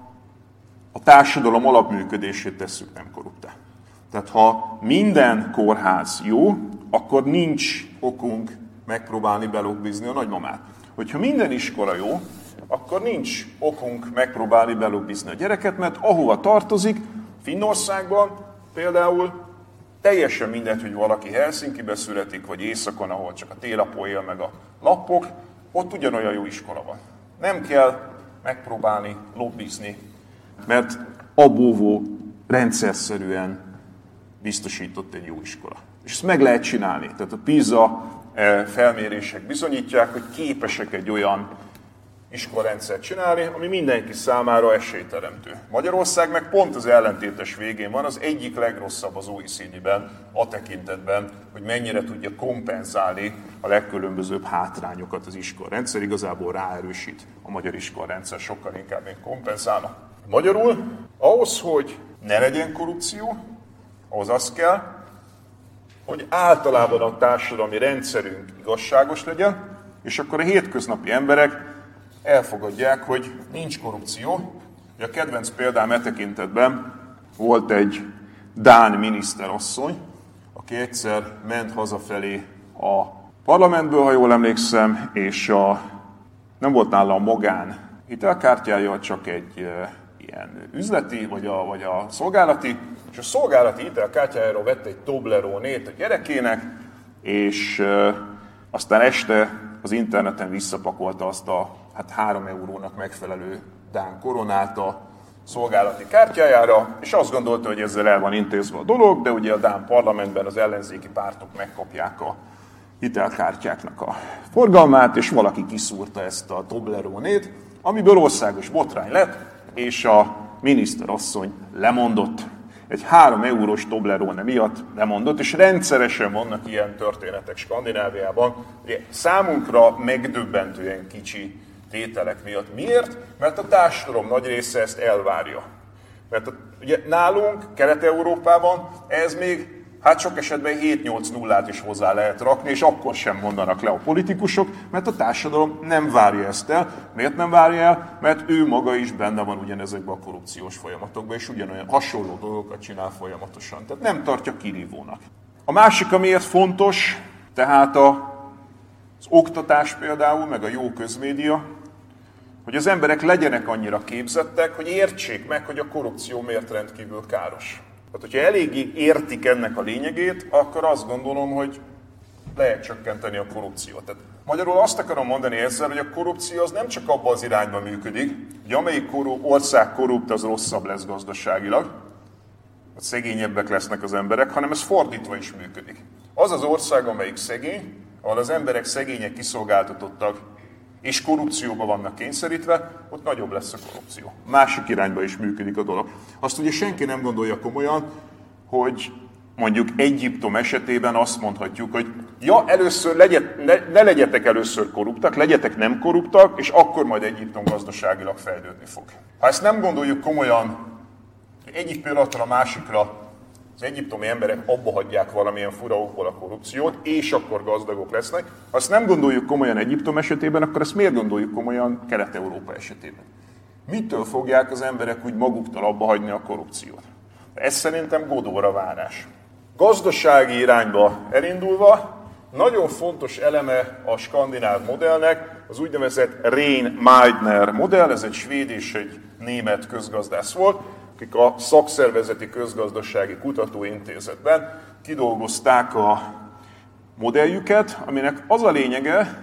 a társadalom alapműködését tesszük nem korruptá. Tehát ha minden kórház jó, akkor nincs okunk megpróbálni belobbizni a nagymamát. Hogyha minden iskola jó, akkor nincs okunk megpróbálni belobbizni a gyereket, mert ahova tartozik, Finnországban például teljesen mindegy, hogy valaki Helsinkibe születik, vagy északon, ahol csak a télapó él meg a lappok, ott ugyanolyan jó iskola van. Nem kell megpróbálni lobbizni, mert a bóvó rendszerszerűen biztosított egy jó iskola. És ezt meg lehet csinálni. Tehát a PISA felmérések bizonyítják, hogy képesek egy olyan iskolarendszert csinálni, ami mindenki számára esélyteremtő. Magyarország meg pont az ellentétes végén van, az egyik legrosszabb az OECD-ben, a tekintetben, hogy mennyire tudja kompenzálni a legkülönbözőbb hátrányokat az iskolarendszer. Igazából ráerősít a magyar iskolarendszer, sokkal inkább, mint kompenzálna. Magyarul, ahhoz, hogy ne legyen korrupció, ahhoz az kell, hogy általában a társadalmi rendszerünk igazságos legyen, és akkor a hétköznapi emberek elfogadják, hogy nincs korrupció. A kedvenc példám e tekintetben volt egy dán miniszterasszony, aki egyszer ment hazafelé a parlamentből, ha jól emlékszem, és nem volt nála a magán hitelkártyája, csak egy ilyen üzleti, vagy a szolgálati, és a szolgálati hitelkártyájáról vett egy Toblerone-t a gyerekének, és aztán este az interneten visszapakolta azt a 3 eurónak megfelelő dán koronát a szolgálati kártyájára, és azt gondolta, hogy ezzel el van intézve a dolog, de ugye a dán parlamentben az ellenzéki pártok megkapják a hitelkártyáknak a forgalmát, és valaki kiszúrta ezt a Toblerone-t, amiből országos botrány lett, és a miniszterasszony lemondott. egy 3 eurós Toblerone miatt lemondott, és rendszeresen vannak ilyen történetek Skandináviában, ugye számunkra megdöbbentően kicsi tételek miatt. Miért? Mert a társadalom nagy része ezt elvárja. Mert ugye nálunk, Kelet-Európában ez még sok esetben 7-8 nullát is hozzá lehet rakni, és akkor sem mondanak le a politikusok, mert a társadalom nem várja ezt el. Miért nem várja el? Mert ő maga is benne van ugyanezekben a korrupciós folyamatokban, és ugyanolyan hasonló dolgokat csinál folyamatosan. Tehát nem tartja kirívónak. A másik, amiért fontos, tehát az oktatás például, meg a jó közmédia, hogy az emberek legyenek annyira képzettek, hogy értsék meg, hogy a korrupció miért rendkívül káros. Tehát, hogyha eléggé értik ennek a lényegét, akkor azt gondolom, hogy lehet csökkenteni a korrupciót. Tehát magyarul azt akarom mondani ezzel, hogy a korrupció az nem csak abban az irányban működik, hogy amelyik ország korrupt, az rosszabb lesz gazdaságilag, hogy szegényebbek lesznek az emberek, hanem ez fordítva is működik. Az az ország, amelyik szegény, ahol az emberek szegények, kiszolgáltatottak, és korrupcióba vannak kényszerítve, ott nagyobb lesz a korrupció. Másik irányba is működik a dolog. Azt ugye senki nem gondolja komolyan, hogy mondjuk Egyiptom esetében azt mondhatjuk, hogy először ne legyetek először korruptak, legyetek nem korruptak, és akkor majd Egyiptom gazdaságilag fejlődni fog. Ha ezt nem gondoljuk komolyan, hogy egyik pillanatra a másikra az egyiptomi emberek abba hagyják valamilyen fura okból a korrupciót, és akkor gazdagok lesznek. Ha ezt nem gondoljuk komolyan Egyiptom esetében, akkor ezt miért gondoljuk komolyan Kelet-Európa esetében? Mitől fogják az emberek úgy maguktól abba hagyni a korrupciót? Ez szerintem Godóra várás. Gazdasági irányba elindulva, nagyon fontos eleme a skandináv modellnek az úgynevezett Rehn-Meidner modell, ez egy svéd és egy német közgazdász volt, akik a Szakszervezeti Közgazdasági Kutatóintézetben kidolgozták a modelljüket, aminek az a lényege,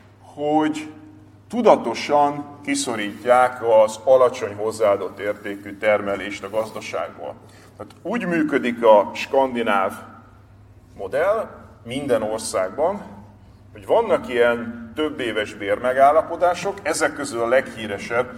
hogy tudatosan kiszorítják az alacsony hozzáadott értékű termelést a gazdaságból. Tehát úgy működik a skandináv modell minden országban, hogy vannak ilyen több éves bérmegállapodások, ezek közül a leghíresebb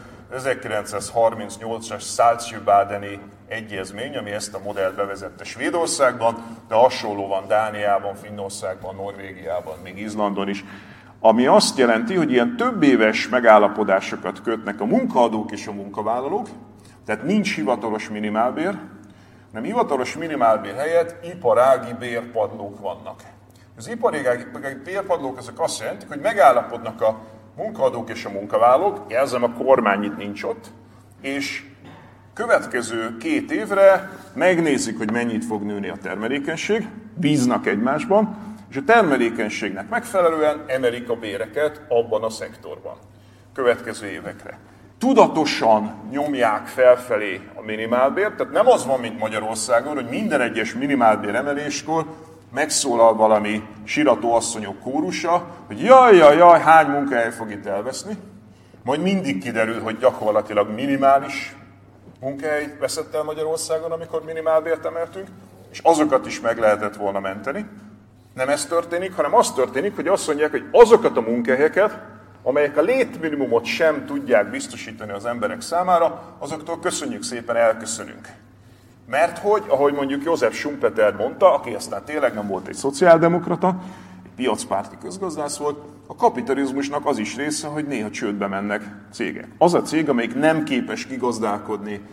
1938-as Saltsjöbadeni egyezmény, ami ezt a modellt bevezette Svédországban, de hasonló van Dániában, Finnországban, Norvégiában, még Izlandon is. Ami azt jelenti, hogy ilyen több éves megállapodásokat kötnek a munkaadók és a munkavállalók, tehát nincs hivatalos minimálbér, hanem hivatalos minimálbér helyett iparági bérpadlók vannak. Az iparági bérpadlók azok azt jelentik, hogy megállapodnak a munkaadók és a munkavállalók, jelzem, a kormány itt nincs ott, és következő 2 évre megnézik, hogy mennyit fog nőni a termelékenység, bíznak egymásban, és a termelékenységnek megfelelően emelik a béreket abban a szektorban következő évekre. Tudatosan nyomják felfelé a minimálbért, tehát nem az van, mint Magyarországon, hogy minden egyes minimálbér emeléskor megszólal valami sirató asszonyok kórusa, hogy jaj, hány munkahely fog itt elveszni. Majd mindig kiderül, hogy gyakorlatilag minimális munkahely veszett el Magyarországon, amikor minimálbért emeltünk, és azokat is meg lehetett volna menteni. Nem ez történik, hanem az történik, hogy azt mondják, hogy azokat a munkahelyeket, amelyek a létminimumot sem tudják biztosítani az emberek számára, azoktól köszönjük szépen, elköszönünk. Mert hogy, ahogy mondjuk József Schumpeter mondta, aki aztán tényleg nem volt egy szociáldemokrata, egy piacpárti közgazdász volt, a kapitalizmusnak az is része, hogy néha csődbe mennek cégek. Az a cég, amelyik nem képes kigazdálkodni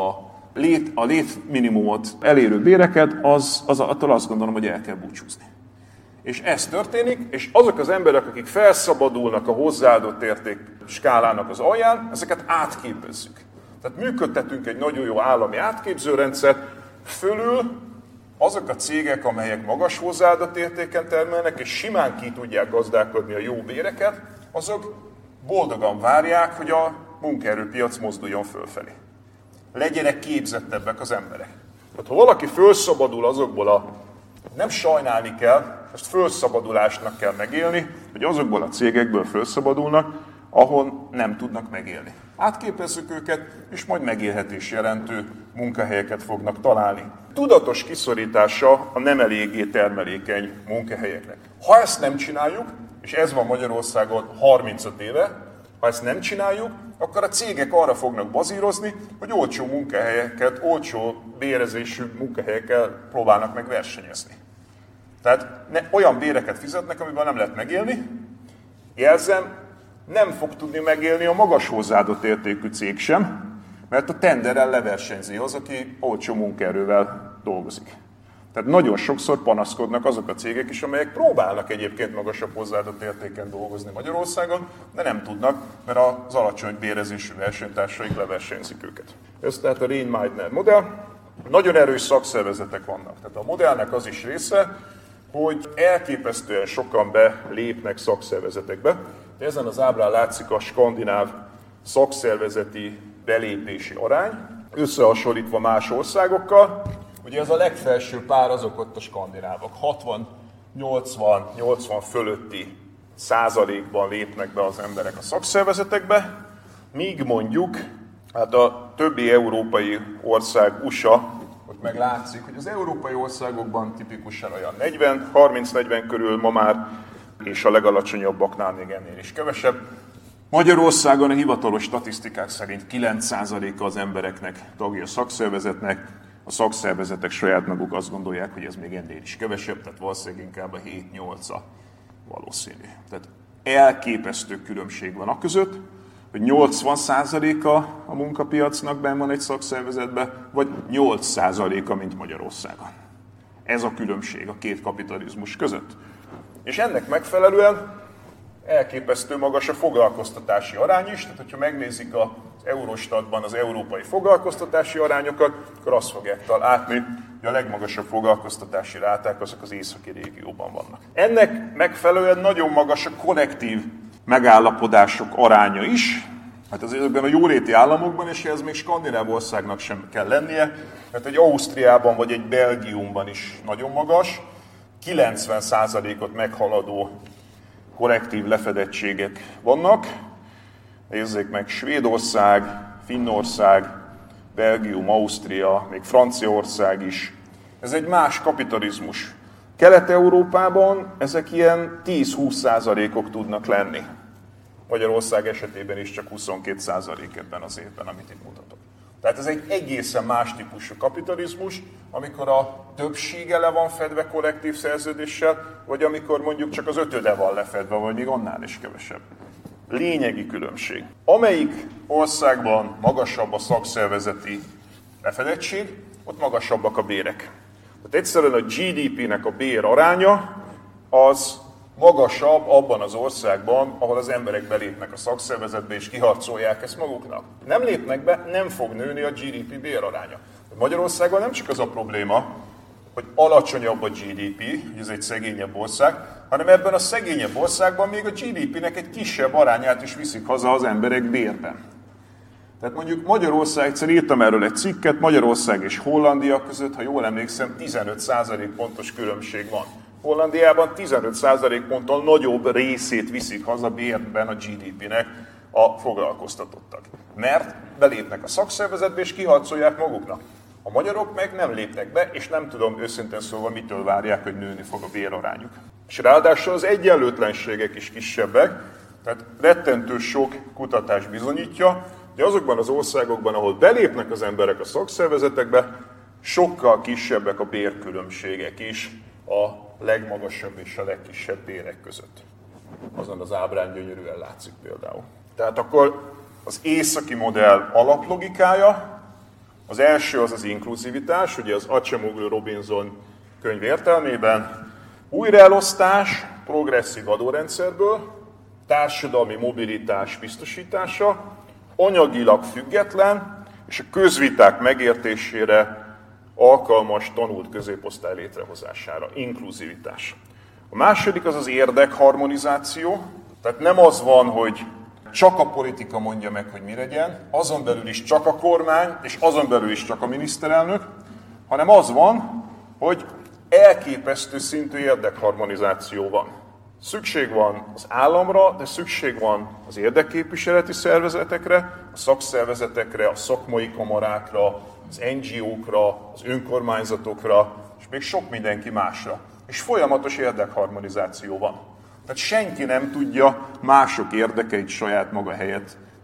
a létminimumot elérő béreket, attól azt gondolom, hogy el kell búcsúzni. És ez történik, és azok az emberek, akik felszabadulnak a hozzáadott érték skálának az alján, ezeket átképezzük. Tehát működtetünk egy nagyon jó állami átképzőrendszert, fölül azok a cégek, amelyek magas hozzáadott értéken termelnek, és simán ki tudják gazdálkodni a jó béreket, azok boldogan várják, hogy a munkaerőpiac mozduljon fölfelé. Legyenek képzettebbek az emberek. Tehát ha valaki fölszabadul azokból nem sajnálni kell, ezt fölszabadulásnak kell megélni, hogy azokból a cégekből fölszabadulnak, ahol nem tudnak megélni. Átképezzük őket, és majd megélhetés jelentő munkahelyeket fognak találni. Tudatos kiszorítása a nem eléggé termelékeny munkahelyeknek. Ha ezt nem csináljuk, és ez van Magyarországon 35 éve, ha ezt nem csináljuk, akkor a cégek arra fognak bazírozni, hogy olcsó munkahelyeket, olcsó bérezésű munkahelyekkel próbálnak meg versenyezni. Tehát olyan béreket fizetnek, amiben nem lehet megélni. Jelzem, nem fog tudni megélni a magas hozzáadott értékű cég sem, mert a tenderrel leversenyzi az, aki olcsó munkaerővel dolgozik. Tehát nagyon sokszor panaszkodnak azok a cégek is, amelyek próbálnak egyébként magasabb hozzáadott értéken dolgozni Magyarországon, de nem tudnak, mert az alacsony bérezésű versenytársaik leversenyzik őket. Ez tehát a Rhein-Meitner modell. Nagyon erős szakszervezetek vannak. Tehát a modellnek az is része, hogy elképesztően sokan belépnek szakszervezetekbe. De ezen az ábrán látszik a skandináv szakszervezeti belépési arány, összehasonlítva más országokkal. Ugye ez a legfelső pár azok ott a skandinávok. 60-80 fölötti százalékban lépnek be az emberek a szakszervezetekbe, míg mondjuk hát a többi európai ország, USA, ott meg látszik, hogy az európai országokban tipikusan olyan 30-40 körül ma már, és a legalacsonyabbaknál még ennél is kevesebb. Magyarországon a hivatalos statisztikák szerint 9%-a az embereknek tagja a szakszervezetnek, a szakszervezetek saját maguk azt gondolják, hogy ez még ennél is kevesebb, tehát valószínűleg inkább a 7-8 valószínű. Tehát elképesztő különbség van a között, hogy 80%-a a munkapiacnak benn van egy szakszervezetben, vagy 8%-a, mint Magyarországon. Ez a különbség a két kapitalizmus között. És ennek megfelelően elképesztő magas a foglalkoztatási arány is, tehát hogyha megnézik az Eurostatban az európai foglalkoztatási arányokat, akkor azt fogják látni, hogy a legmagasabb foglalkoztatási ráták azok az északi régióban vannak. Ennek megfelelően nagyon magas a kollektív megállapodások aránya is, hát ezekben a jóléti államokban, és ez még skandináv országnak sem kell lennie, mert egy Ausztriában vagy egy Belgiumban is nagyon magas, 90%-ot meghaladó kollektív lefedettségek vannak. Nézzék meg Svédország, Finnország, Belgium, Ausztria, még Franciaország is. Ez egy más kapitalizmus. Kelet-Európában ezek ilyen 10-20%-ok tudnak lenni. Magyarország esetében is csak 22% ebben az évben, amit itt mutatok. Tehát ez egy egészen más típusú kapitalizmus, amikor a többsége le van fedve kollektív szerződéssel, vagy amikor mondjuk csak az ötöde van lefedve, vagy még annál is kevesebb. Lényegi különbség. Amelyik országban magasabb a szakszervezeti lefedettség, ott magasabbak a bérek. Tehát egyszerűen a GDP-nek a bér aránya az magasabb abban az országban, ahol az emberek belépnek a szakszervezetbe és kiharcolják ezt maguknak. Nem lépnek be, nem fog nőni a GDP béraránya. Magyarországon nem csak az a probléma, hogy alacsonyabb a GDP, hogy ez egy szegényebb ország, hanem ebben a szegényebb országban még a GDP-nek egy kisebb arányát is viszik haza az emberek bérben. Tehát mondjuk Magyarország, egyszer írtam erről egy cikket, Magyarország és Hollandia között, ha jól emlékszem, 15% pontos különbség van. Hollandiában 15% ponttal nagyobb részét viszik haza bérben a GDP-nek a foglalkoztatottak. Mert belépnek a szakszervezetbe és kiharcolják maguknak. A magyarok meg nem lépnek be, és nem tudom őszintén szólva, mitől várják, hogy nőni fog a bérarányuk. És ráadásul az egyenlőtlenségek is kisebbek, tehát rettentő sok kutatás bizonyítja, hogy azokban az országokban, ahol belépnek az emberek a szakszervezetekbe, sokkal kisebbek a bérkülönbségek is a legmagasabb és a legkisebb bérek között. Azon az ábrán gyönyörűen látszik például. Tehát akkor az északi modell alaplogikája, az első az az inkluzivitás, ugye az Acemoglu-Robinson könyv értelmében, újraelosztás progresszív adórendszerből, társadalmi mobilitás biztosítása, anyagilag független és a közviták megértésére alkalmas tanult középosztály létrehozására, inkluzivitás. A második az az érdekharmonizáció, tehát nem az van, hogy csak a politika mondja meg, hogy mi legyen, azon belül is csak a kormány, és azon belül is csak a miniszterelnök, hanem az van, hogy elképesztő szintű érdekharmonizáció van. Szükség van az államra, de szükség van az érdekképviseleti szervezetekre, a szakszervezetekre, a szakmai kamarákra, az NGO-kra, az önkormányzatokra, és még sok mindenki másra. És folyamatos érdekharmonizáció van. Tehát senki nem tudja mások érdekeit saját maga helyett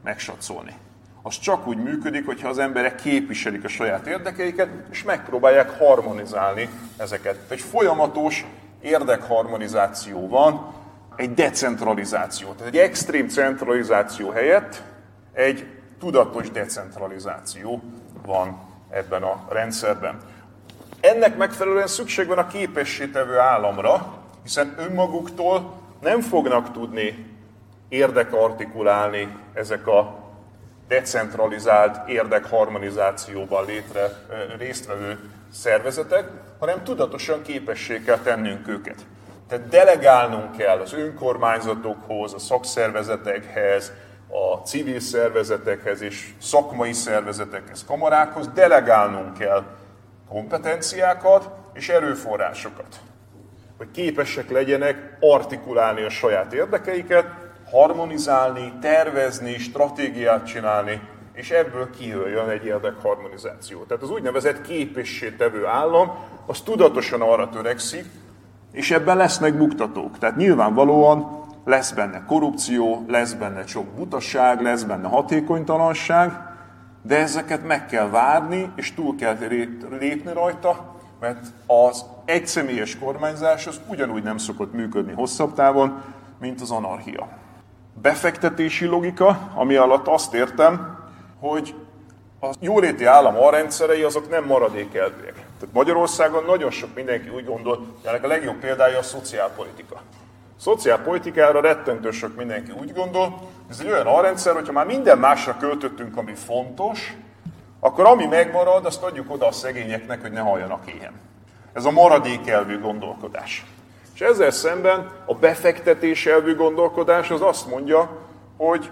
megsatszolni. Az csak úgy működik, hogyha az emberek képviselik a saját érdekeiket, és megpróbálják harmonizálni ezeket. Egy folyamatos érdekharmonizáció van, egy decentralizáció. Tehát egy extrém centralizáció helyett egy tudatos decentralizáció van ebben a rendszerben. Ennek megfelelően szükség van a képességtevő államra, hiszen önmaguktól nem fognak tudni érdekartikulálni ezek a decentralizált érdekharmonizációban résztvevő szervezetek, hanem tudatosan képessé kell tennünk őket. Tehát delegálnunk kell az önkormányzatokhoz, a szakszervezetekhez, a civil szervezetekhez és szakmai szervezetekhez, kamarákhoz, delegálnunk kell kompetenciákat és erőforrásokat, hogy képesek legyenek artikulálni a saját érdekeiket, harmonizálni, tervezni, stratégiát csinálni, és ebből kijöjjön egy érdekharmonizáció. Tehát az úgynevezett képességtevő állam, az tudatosan arra törekszik, és ebben lesznek buktatók. Tehát nyilvánvalóan lesz benne korrupció, lesz benne sok butaság, lesz benne hatékonytalanság, de ezeket meg kell várni, és túl kell lépni rajta, mert az egyszemélyes kormányzás az ugyanúgy nem szokott működni hosszabb távon, mint az anarchia. Befektetési logika, ami alatt azt értem, hogy a jóléti állam alrendszerei azok nem maradékelvűek. Tehát Magyarországon nagyon sok mindenki úgy gondol, hogy ennek a legjobb példája a szociálpolitika. A szociálpolitikára rettentő sok mindenki úgy gondol, ez egy olyan alrendszer, hogyha már minden másra költöttünk, ami fontos, akkor ami megmarad, azt adjuk oda a szegényeknek, hogy ne halljanak éhen. Ez a maradékelvű gondolkodás. És ezzel szemben a befektetés elvű gondolkodás az azt mondja, hogy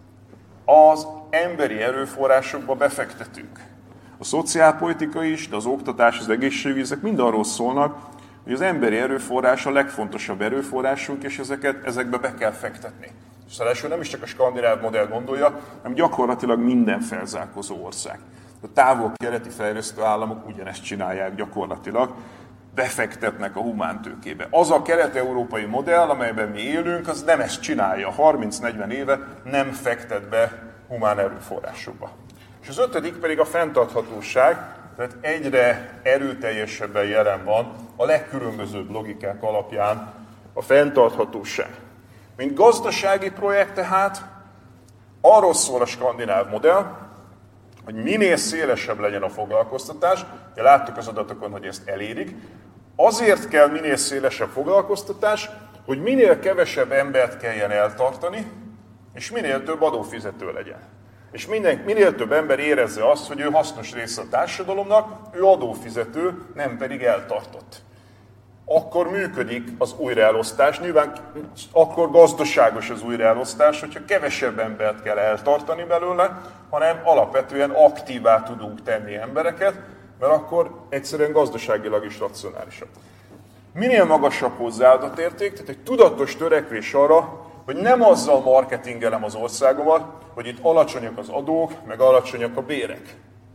az emberi erőforrásokba befektetünk. A szociálpolitika is, de az oktatás, az egészségügy, ezek mind arról szólnak, hogy az emberi erőforrás a legfontosabb erőforrásunk, és ezekbe be kell fektetni. És ráadásul nem is csak a skandináv modell gondolja, hanem gyakorlatilag minden felzárkózó ország. A távol-keleti fejlesztő államok ugyanezt csinálják gyakorlatilag, befektetnek a humántőkébe. Az a kelet-európai modell, amelyben mi élünk, az nem ezt csinálja. 30-40 éve nem fektet be humán erőforrásokba. És az ötödik pedig a fenntarthatóság, tehát egyre erőteljesebben jelen van a legkülönbözőbb logikák alapján a fenntarthatóság. Mint gazdasági projekt tehát arról szól a skandináv modell, hogy minél szélesebb legyen a foglalkoztatás, de láttuk az adatokon, hogy ezt elérik. Azért kell minél szélesebb foglalkoztatás, hogy minél kevesebb embert kelljen eltartani, és minél több adófizető legyen. És minél több ember érezze azt, hogy ő hasznos része a társadalomnak, ő adófizető, nem pedig eltartott. Akkor működik az újraelosztás, nyilván akkor gazdaságos az újraelosztás, hogyha kevesebb embert kell eltartani belőle, hanem alapvetően aktívá tudunk tenni embereket, mert akkor egyszerűen gazdaságilag is racionálisabb. Minél magasabb hozzáadott érték, tehát egy tudatos törekvés arra, hogy nem azzal marketingelem az országomat, hogy itt alacsonyak az adók, meg alacsonyak a bérek.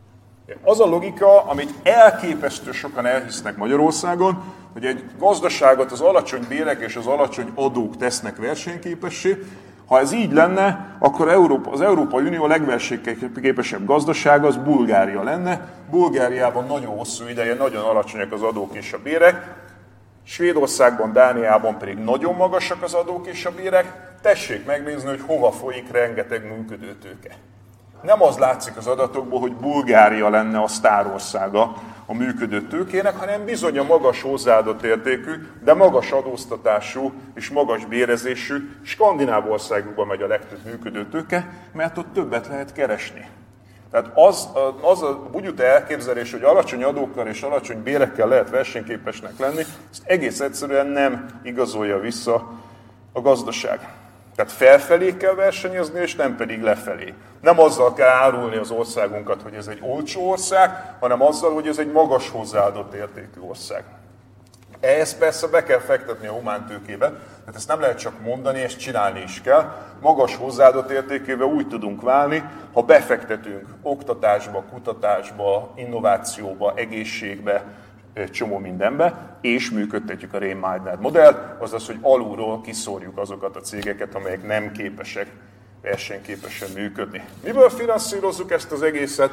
Az a logika, amit elképesztő sokan elhisznek Magyarországon, hogy egy gazdaságot az alacsony bérek és az alacsony adók tesznek versenyképessé. Ha ez így lenne, akkor az Európai Unió legversenyképesebb gazdasága az Bulgária lenne. Bulgáriában nagyon hosszú ideje nagyon alacsonyak az adók és a bérek. Svédországban, Dániában pedig nagyon magasak az adók és a bérek. Tessék megnézni, hogy hova folyik rengeteg működőtőke. Nem az látszik az adatokból, hogy Bulgária lenne a sztárországa a működő tőkének, hanem bizony a magas hozzáadott értékű, de magas adóztatású és magas bérezésű skandináv országokban megy a legtöbb működő tőke, mert ott többet lehet keresni. Tehát az a bugyuta elképzelés, hogy alacsony adókkal és alacsony bérekkel lehet versenyképesnek lenni, ezt egész egyszerűen nem igazolja vissza a gazdaság. Tehát felfelé kell versenyezni, és nem pedig lefelé. Nem azzal kell árulni az országunkat, hogy ez egy olcsó ország, hanem azzal, hogy ez egy magas hozzáadott értékű ország. Ehhez persze be kell fektetni a humántőkébe, tehát ezt nem lehet csak mondani, ezt csinálni is kell. Magas hozzáadott értékébe úgy tudunk válni, ha befektetünk oktatásba, kutatásba, innovációba, egészségbe, egy csomó mindenbe, és működtetjük a Rehn-Meitner modellt, azaz, hogy alulról kiszórjuk azokat a cégeket, amelyek nem képesek versenyképesen működni. Miből finanszírozzuk ezt az egészet?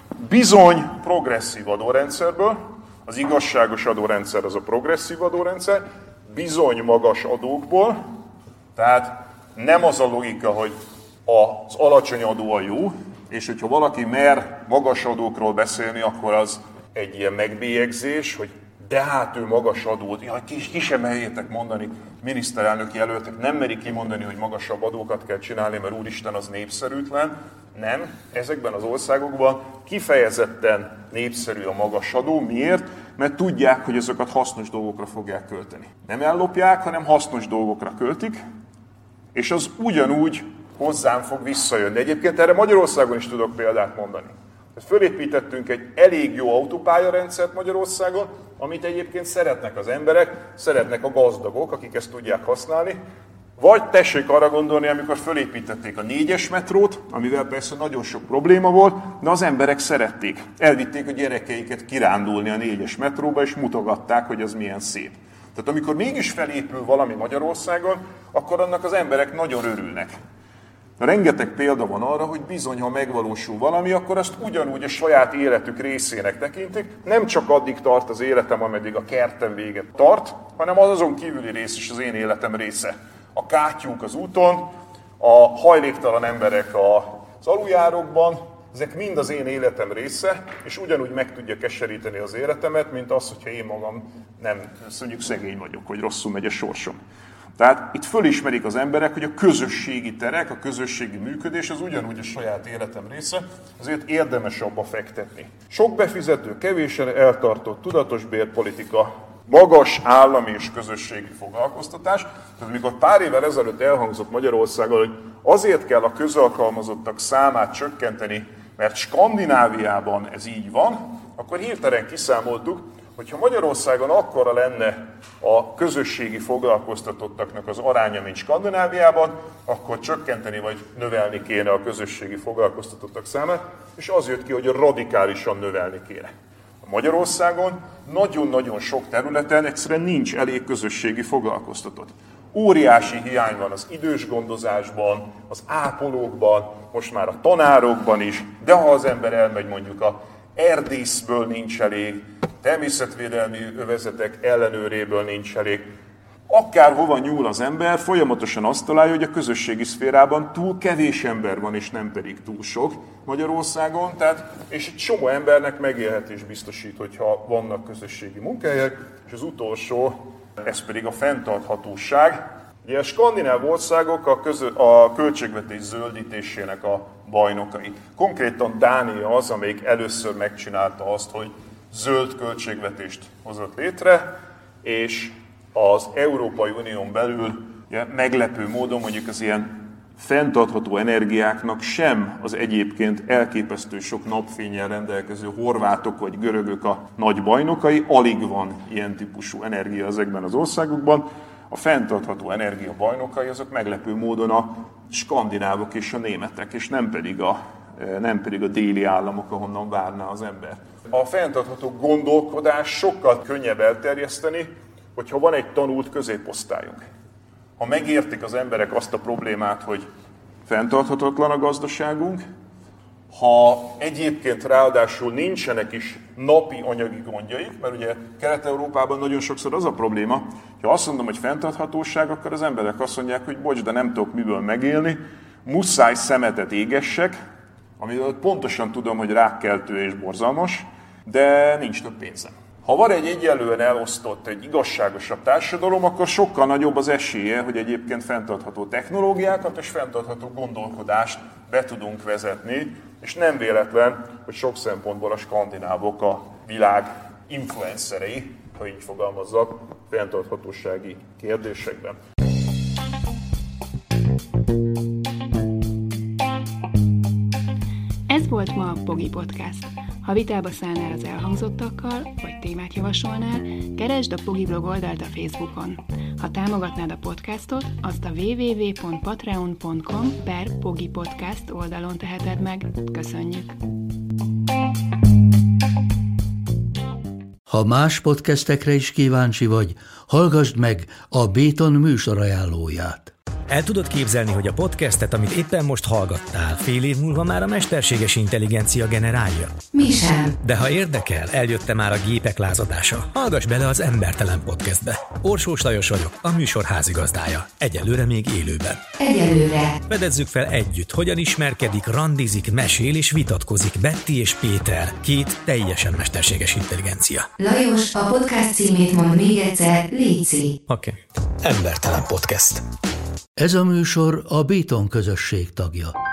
Bizony progresszív adórendszerből, az igazságos adórendszer az a progresszív adórendszer, bizony magas adókból, tehát nem az a logika, hogy az alacsony adó a jó, és hogyha valaki mer magas adókról beszélni, akkor az egy ilyen megbélyegzés, hogy de hát ő magas adót, ki sem merjétek mondani, miniszterelnök jelöltek nem merik kimondani, hogy magasabb adókat kell csinálni, mert úristen, az népszerűtlen. Nem, ezekben az országokban kifejezetten népszerű a magas adó. Miért? Mert tudják, hogy azokat hasznos dolgokra fogják költeni. Nem ellopják, hanem hasznos dolgokra költik, és az ugyanúgy hozzám fog visszajönni. Egyébként erre Magyarországon is tudok példát mondani. Fölépítettünk egy elég jó autópályarendszert Magyarországon, amit egyébként szeretnek az emberek, szeretnek a gazdagok, akik ezt tudják használni. Vagy tessék arra gondolni, amikor fölépítették a 4-es metrót, amivel persze nagyon sok probléma volt, de az emberek szerették. Elvitték a gyerekeiket kirándulni a 4-es metróba, és mutogatták, hogy az milyen szép. Tehát amikor mégis felépül valami Magyarországon, akkor annak az emberek nagyon örülnek. Rengeteg példa van arra, hogy bizony, ha megvalósul valami, akkor azt ugyanúgy a saját életük részének tekintik. Nem csak addig tart az életem, ameddig a kertem véget tart, hanem az azon kívüli rész is az én életem része. A kátyúk az úton, a hajléktalan emberek az aluljárókban, ezek mind az én életem része, és ugyanúgy meg tudja keseríteni az életemet, mint az, hogyha én magam nem, mondjuk szegény vagyok, vagy rosszul megy a sorsom. Tehát itt fölismerik az emberek, hogy a közösségi terek, a közösségi működés az ugyanúgy a saját életem része, ezért érdemes abba fektetni. Sok befizető, kevésen eltartott, tudatos bérpolitika, magas állami és közösségi foglalkoztatás. Tehát amikor pár évvel ezelőtt elhangzott Magyarországon, hogy azért kell a közalkalmazottak számát csökkenteni, mert Skandináviában ez így van, akkor hirtelen kiszámoltuk, hogyha Magyarországon akkora lenne a közösségi foglalkoztatottaknak az aránya, mint Skandináviában, akkor csökkenteni vagy növelni kéne a közösségi foglalkoztatottak számát, és az jött ki, hogy radikálisan növelni kéne. Magyarországon nagyon-nagyon sok területen egyszerűen nincs elég közösségi foglalkoztatott. Óriási hiány van az idős gondozásban, az ápolókban, most már a tanárokban is, de ha az ember elmegy mondjuk a erdészből nincs elég, természetvédelmi övezetek ellenőréből nincs elég. Akárhova nyúl az ember, folyamatosan azt találja, hogy a közösségi szférában túl kevés ember van, és nem pedig túl sok Magyarországon. És egy csomó embernek megélhetés biztosít, hogyha vannak közösségi munkahelyek, és az utolsó, ez pedig a fenntarthatóság. Ugye a skandináv országok a költségvetés zöldítésének a bajnokai. Konkrétan Dánia az, amelyik először megcsinálta azt, hogy zöld költségvetést hozott létre, és az Európai Unión belül ugye, meglepő módon mondjuk az ilyen fenntartható energiáknak sem az egyébként elképesztő sok napfénnyel rendelkező horvátok vagy görögök a nagy bajnokai, alig van ilyen típusú energia ezekben az országokban. A fenntartható energia bajnokai azok meglepő módon a skandinávok és a németek, és nem pedig a déli államok, ahonnan várná az ember. A fenntartható gondolkodás sokkal könnyebb elterjeszteni, hogyha van egy tanult középosztályunk. Ha megértik az emberek azt a problémát, hogy fenntarthatatlan a gazdaságunk, ha egyébként ráadásul nincsenek is napi anyagi gondjaik, mert ugye Kelet-Európában nagyon sokszor az a probléma, ha azt mondom, hogy fenntarthatóság, akkor az emberek azt mondják, hogy bocs, de nem tudok miből megélni, muszáj szemetet égessek, amiről pontosan tudom, hogy rákkeltő és borzalmas, de nincs több pénzem. Ha van egy egyenlően elosztott, egy igazságosabb társadalom, akkor sokkal nagyobb az esélye, hogy egyébként fenntartható technológiákat és fenntartható gondolkodást be tudunk vezetni, és nem véletlen, hogy sok szempontból a skandinávok a világ influencerei, ha így fogalmazzak, fenntarthatósági kérdésekben. Ez volt ma a Pogi Podcast. Ha vitába szállnál az elhangzottakkal, vagy témát javasolnál, keresd a Pogi blog oldalt a Facebookon. Ha támogatnád a podcastot, azt a www.patreon.com/pogipodcast oldalon teheted meg. Köszönjük! Ha más podcastekre is kíváncsi vagy, hallgassd meg a Béton műsor ajánlóját. El tudod képzelni, hogy a podcastet, amit éppen most hallgattál, fél év múlva már a mesterséges intelligencia generálja? Mi sem. De ha érdekel, eljött már a gépek lázadása. Hallgass bele az Embertelen Podcastbe. Orsós Lajos vagyok, a műsor házigazdája. Egyelőre még élőben. Egyelőre. Fedezzük fel együtt, hogyan ismerkedik, randizik, mesél és vitatkozik Betty és Péter, két teljesen mesterséges intelligencia. Lajos, a podcast címét mond még egyszer, léci. Oké. Embertelen Podcast. Ez a műsor a Béton közösség tagja.